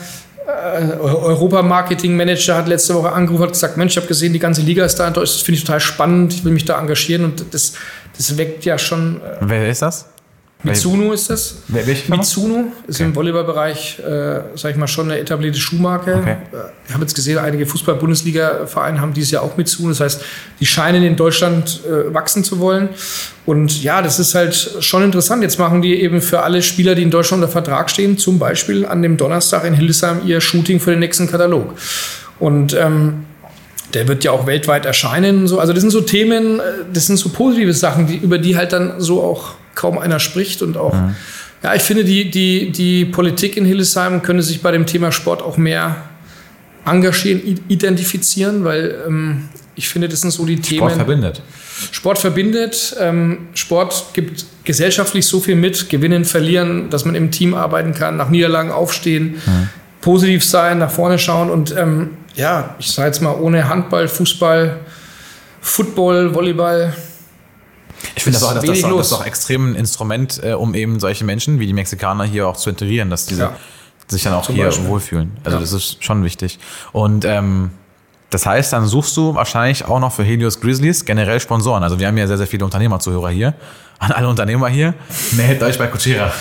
Europa-Marketing-Manager, hat letzte Woche angerufen und gesagt, Mensch, ich habe gesehen, die ganze Liga ist da in Deutschland, das finde ich total spannend, ich will mich da engagieren. Und das weckt ja schon. Wer ist das? Mitsuno ist das. Mitsuno ist im Volleyballbereich, sag ich mal, schon eine etablierte Schuhmarke. Okay. Ich habe jetzt gesehen, einige Fußball-Bundesliga-Vereine haben dieses Jahr auch Mitsuno. Das heißt, die scheinen in Deutschland wachsen zu wollen. Und ja, das ist halt schon interessant. Jetzt machen die eben für alle Spieler, die in Deutschland unter Vertrag stehen, zum Beispiel an dem Donnerstag in Hildesheim ihr Shooting für den nächsten Katalog. Und der wird ja auch weltweit erscheinen. So. Also das sind so Themen, das sind so positive Sachen, über die halt dann so auch kaum einer spricht. Und auch, ich finde, die Politik in Hildesheim könnte sich bei dem Thema Sport auch mehr engagieren, identifizieren, weil ich finde, das sind so die Themen. Sport verbindet. Sport gibt gesellschaftlich so viel mit, gewinnen, verlieren, dass man im Team arbeiten kann, nach Niederlagen aufstehen, positiv sein, nach vorne schauen und ich sage jetzt mal, ohne Handball, Fußball, Football, Volleyball. Ich finde das ist auch extrem ein Instrument, um eben solche Menschen wie die Mexikaner hier auch zu integrieren, dass diese sich dann auch hier wohlfühlen. Also das ist schon wichtig. Und das heißt, dann suchst du wahrscheinlich auch noch für Helios Grizzlies generell Sponsoren. Also wir haben ja sehr, sehr viele Unternehmerzuhörer hier. An alle Unternehmer hier, meldet euch bei Kuchera.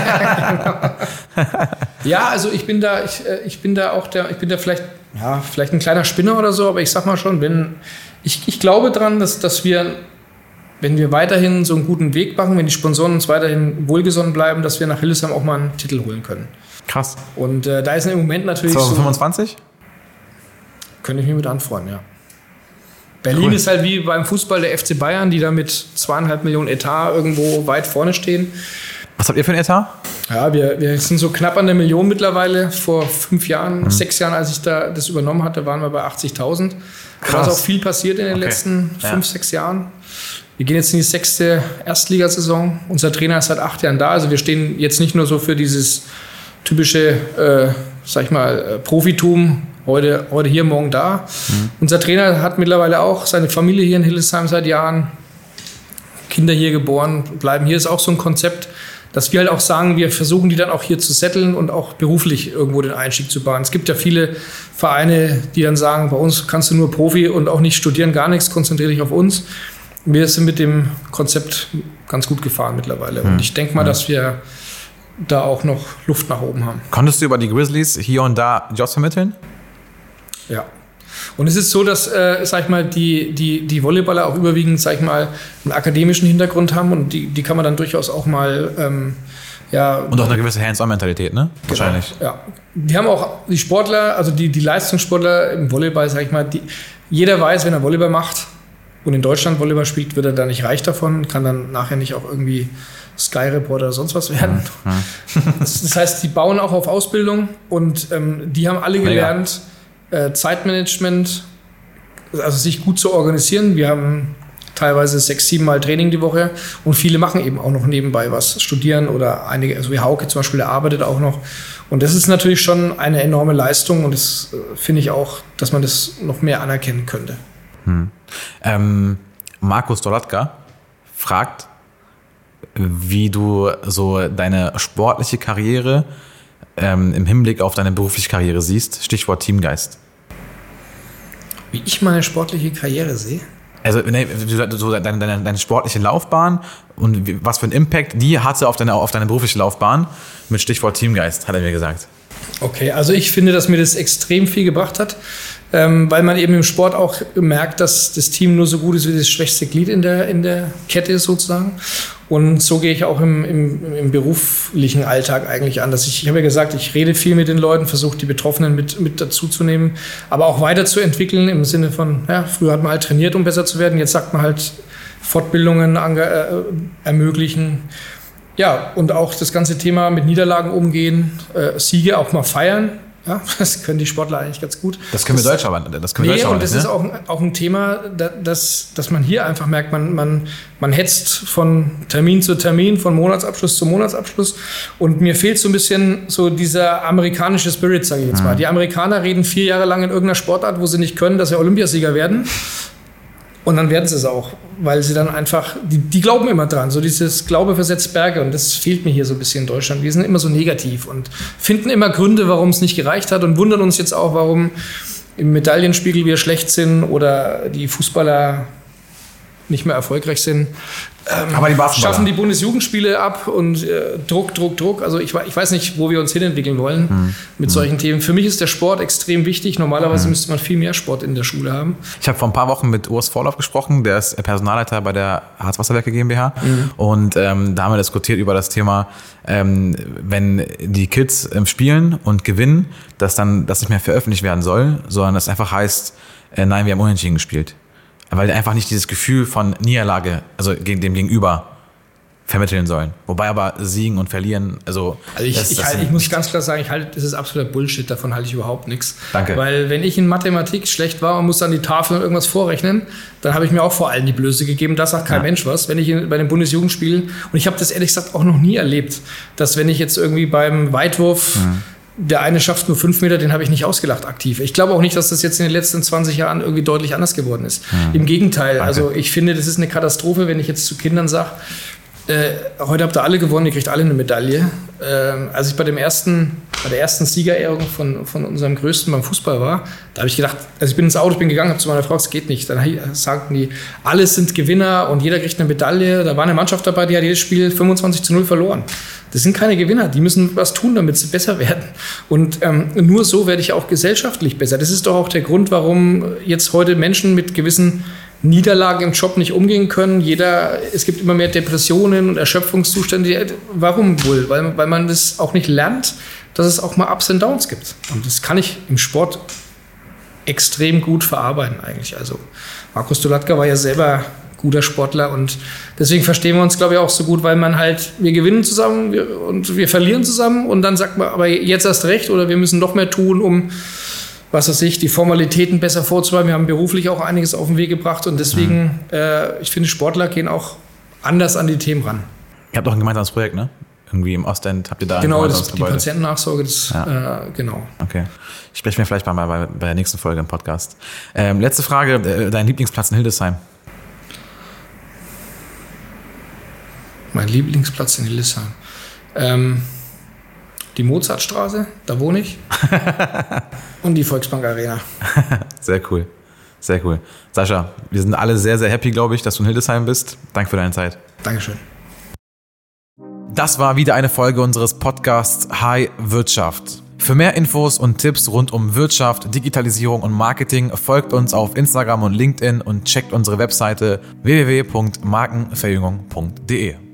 Ja, also ich bin da vielleicht ein kleiner Spinner oder so, aber ich sag mal schon, ich glaube dran, dass wir, wenn wir weiterhin so einen guten Weg machen, wenn die Sponsoren uns weiterhin wohlgesonnen bleiben, dass wir nach Hildesheim auch mal einen Titel holen können. Krass. Und da ist im Moment natürlich 2025? Könnte ich mich mit anfreunden, ja. Berlin ist halt wie beim Fußball der FC Bayern, die da mit 2,5 Millionen Etat irgendwo weit vorne stehen. Was habt ihr für ein Etat? Ja, wir sind so knapp an der Million mittlerweile. Vor 5 Jahren, 6 Jahren, als ich das übernommen hatte, waren wir bei 80.000. Da ist auch viel passiert in den letzten 5, 6 Jahren. Wir gehen jetzt in die 6. Erstligasaison. Unser Trainer ist seit 8 Jahren da. Also wir stehen jetzt nicht nur so für dieses typische, Profitum, heute hier, morgen da. Unser Trainer hat mittlerweile auch seine Familie hier in Hildesheim seit Jahren, Kinder hier geboren, bleiben hier. Ist auch so ein Konzept, dass wir halt auch sagen, wir versuchen die dann auch hier zu setteln und auch beruflich irgendwo den Einstieg zu bahnen. Es gibt ja viele Vereine, die dann sagen, bei uns kannst du nur Profi und auch nicht studieren, gar nichts, konzentriere dich auf uns. Wir sind mit dem Konzept ganz gut gefahren mittlerweile. Und ich denke mal, dass wir da auch noch Luft nach oben haben. Konntest du über die Grizzlies hier und da Jobs vermitteln? Ja. Und es ist so, dass, die Volleyballer auch überwiegend, einen akademischen Hintergrund haben und die kann man dann durchaus auch mal, Und auch eine gewisse Hands-on-Mentalität, ne? Genau, wahrscheinlich. Ja. Die haben auch die Sportler, also die Leistungssportler im Volleyball, jeder weiß, wenn er Volleyball macht und in Deutschland Volleyball spielt, wird er da nicht reich davon, kann dann nachher nicht auch irgendwie Sky-Reporter oder sonst was werden. Das heißt, die bauen auch auf Ausbildung und die haben alle gelernt, Zeitmanagement, also sich gut zu organisieren. Wir haben teilweise 6, 7 Mal Training die Woche und viele machen eben auch noch nebenbei was, studieren oder einige, also wie Hauke zum Beispiel, der arbeitet auch noch. Und das ist natürlich schon eine enorme Leistung und das finde ich auch, dass man das noch mehr anerkennen könnte. Markus Dolatka fragt, wie du so deine sportliche Karriere im Hinblick auf deine berufliche Karriere siehst. Stichwort Teamgeist. Wie ich meine sportliche Karriere sehe? Also so deine sportliche Laufbahn und was für einen Impact die hatte auf deine berufliche Laufbahn mit Stichwort Teamgeist, hat er mir gesagt. Okay, also ich finde, dass mir das extrem viel gebracht hat, weil man eben im Sport auch merkt, dass das Team nur so gut ist wie das schwächste Glied in der Kette sozusagen. Und so gehe ich auch im beruflichen Alltag eigentlich an. Ich habe ja gesagt, ich rede viel mit den Leuten, versuche die Betroffenen mit dazuzunehmen, aber auch weiterzuentwickeln im Sinne von, ja, früher hat man halt trainiert, um besser zu werden, jetzt sagt man halt Fortbildungen ermöglichen. Ja, und auch das ganze Thema mit Niederlagen umgehen, Siege auch mal feiern. Ja, das können die Sportler eigentlich ganz gut. Das können wir Deutscher aber. Das ist auch ein Thema, dass man hier einfach merkt, man hetzt von Termin zu Termin, von Monatsabschluss zu Monatsabschluss. Und mir fehlt so ein bisschen so dieser amerikanische Spirit, sage ich jetzt mal. Die Amerikaner reden 4 Jahre lang in irgendeiner Sportart, wo sie nicht können, dass sie Olympiasieger werden. Und dann werden sie es auch, weil sie dann einfach, die glauben immer dran, so dieses Glaube versetzt Berge, und das fehlt mir hier so ein bisschen in Deutschland. Wir sind immer so negativ und finden immer Gründe, warum es nicht gereicht hat, und wundern uns jetzt auch, warum im Medaillenspiegel wir schlecht sind oder die Fußballer nicht mehr erfolgreich sind. Aber die Basketballer schaffen die Bundesjugendspiele ab und Druck. Also ich weiß nicht, wo wir uns hinentwickeln wollen mit solchen Themen. Für mich ist der Sport extrem wichtig. Normalerweise müsste man viel mehr Sport in der Schule haben. Ich habe vor ein paar Wochen mit Urs Vorlauf gesprochen, der ist Personalleiter bei der Harzwasserwerke GmbH. Und da haben wir diskutiert über das Thema, wenn die Kids spielen und gewinnen, dass dann das nicht mehr veröffentlicht werden soll, sondern das einfach heißt, nein, wir haben unentschieden gespielt. Weil einfach nicht dieses Gefühl von Niederlage, also gegen dem Gegenüber, vermitteln sollen. Wobei aber Siegen und Verlieren, ich muss ganz klar sagen, das ist absoluter Bullshit, davon halte ich überhaupt nichts. Danke. Weil wenn ich in Mathematik schlecht war und musste an die Tafel und irgendwas vorrechnen, dann habe ich mir auch vor allen die Blöße gegeben, das sagt kein Mensch was. Wenn ich bei den Bundesjugendspielen, und ich habe das ehrlich gesagt auch noch nie erlebt, dass wenn ich jetzt irgendwie beim Weitwurf der eine schafft nur 5 Meter, den habe ich nicht ausgelacht aktiv. Ich glaube auch nicht, dass das jetzt in den letzten 20 Jahren irgendwie deutlich anders geworden ist. Im Gegenteil, also ich finde, das ist eine Katastrophe, wenn ich jetzt zu Kindern sage, heute habt ihr alle gewonnen, ihr kriegt alle eine Medaille. Als ich bei der ersten Siegerehrung von unserem Größten beim Fußball war, da habe ich gedacht, also ich bin ins Auto, ich bin gegangen, habe zu meiner Frau gesagt, es geht nicht. Dann sagten die, alle sind Gewinner und jeder kriegt eine Medaille. Da war eine Mannschaft dabei, die hat jedes Spiel 25-0 verloren. Das sind keine Gewinner, die müssen was tun, damit sie besser werden. Und nur so werde ich auch gesellschaftlich besser. Das ist doch auch der Grund, warum jetzt heute Menschen mit gewissen Niederlagen im Job nicht umgehen können. Es gibt immer mehr Depressionen und Erschöpfungszustände. Warum wohl? Weil man das auch nicht lernt, dass es auch mal Ups und Downs gibt. Und das kann ich im Sport extrem gut verarbeiten eigentlich. Also Markus Dolatka war ja selber guter Sportler und deswegen verstehen wir uns, glaube ich, auch so gut, weil wir gewinnen zusammen und wir verlieren zusammen und dann sagt man, aber jetzt erst recht oder wir müssen noch mehr tun, um die Formalitäten besser vorzubereiten. Wir haben beruflich auch einiges auf den Weg gebracht und deswegen, ich finde, Sportler gehen auch anders an die Themen ran. Ihr habt auch ein gemeinsames Projekt, ne? Irgendwie im Ostend habt ihr da genau, die Patientennachsorge, genau. Okay. Ich spreche mir vielleicht mal bei der nächsten Folge im Podcast. Letzte Frage, dein Lieblingsplatz in Hildesheim? Mein Lieblingsplatz in Hildesheim? Die Mozartstraße, da wohne ich. Und die Volksbank Arena. Sehr cool. Sehr cool. Sascha, wir sind alle sehr, sehr happy, glaube ich, dass du in Hildesheim bist. Danke für deine Zeit. Dankeschön. Das war wieder eine Folge unseres Podcasts Hi Wirtschaft. Für mehr Infos und Tipps rund um Wirtschaft, Digitalisierung und Marketing folgt uns auf Instagram und LinkedIn und checkt unsere Webseite www.markenverjüngung.de.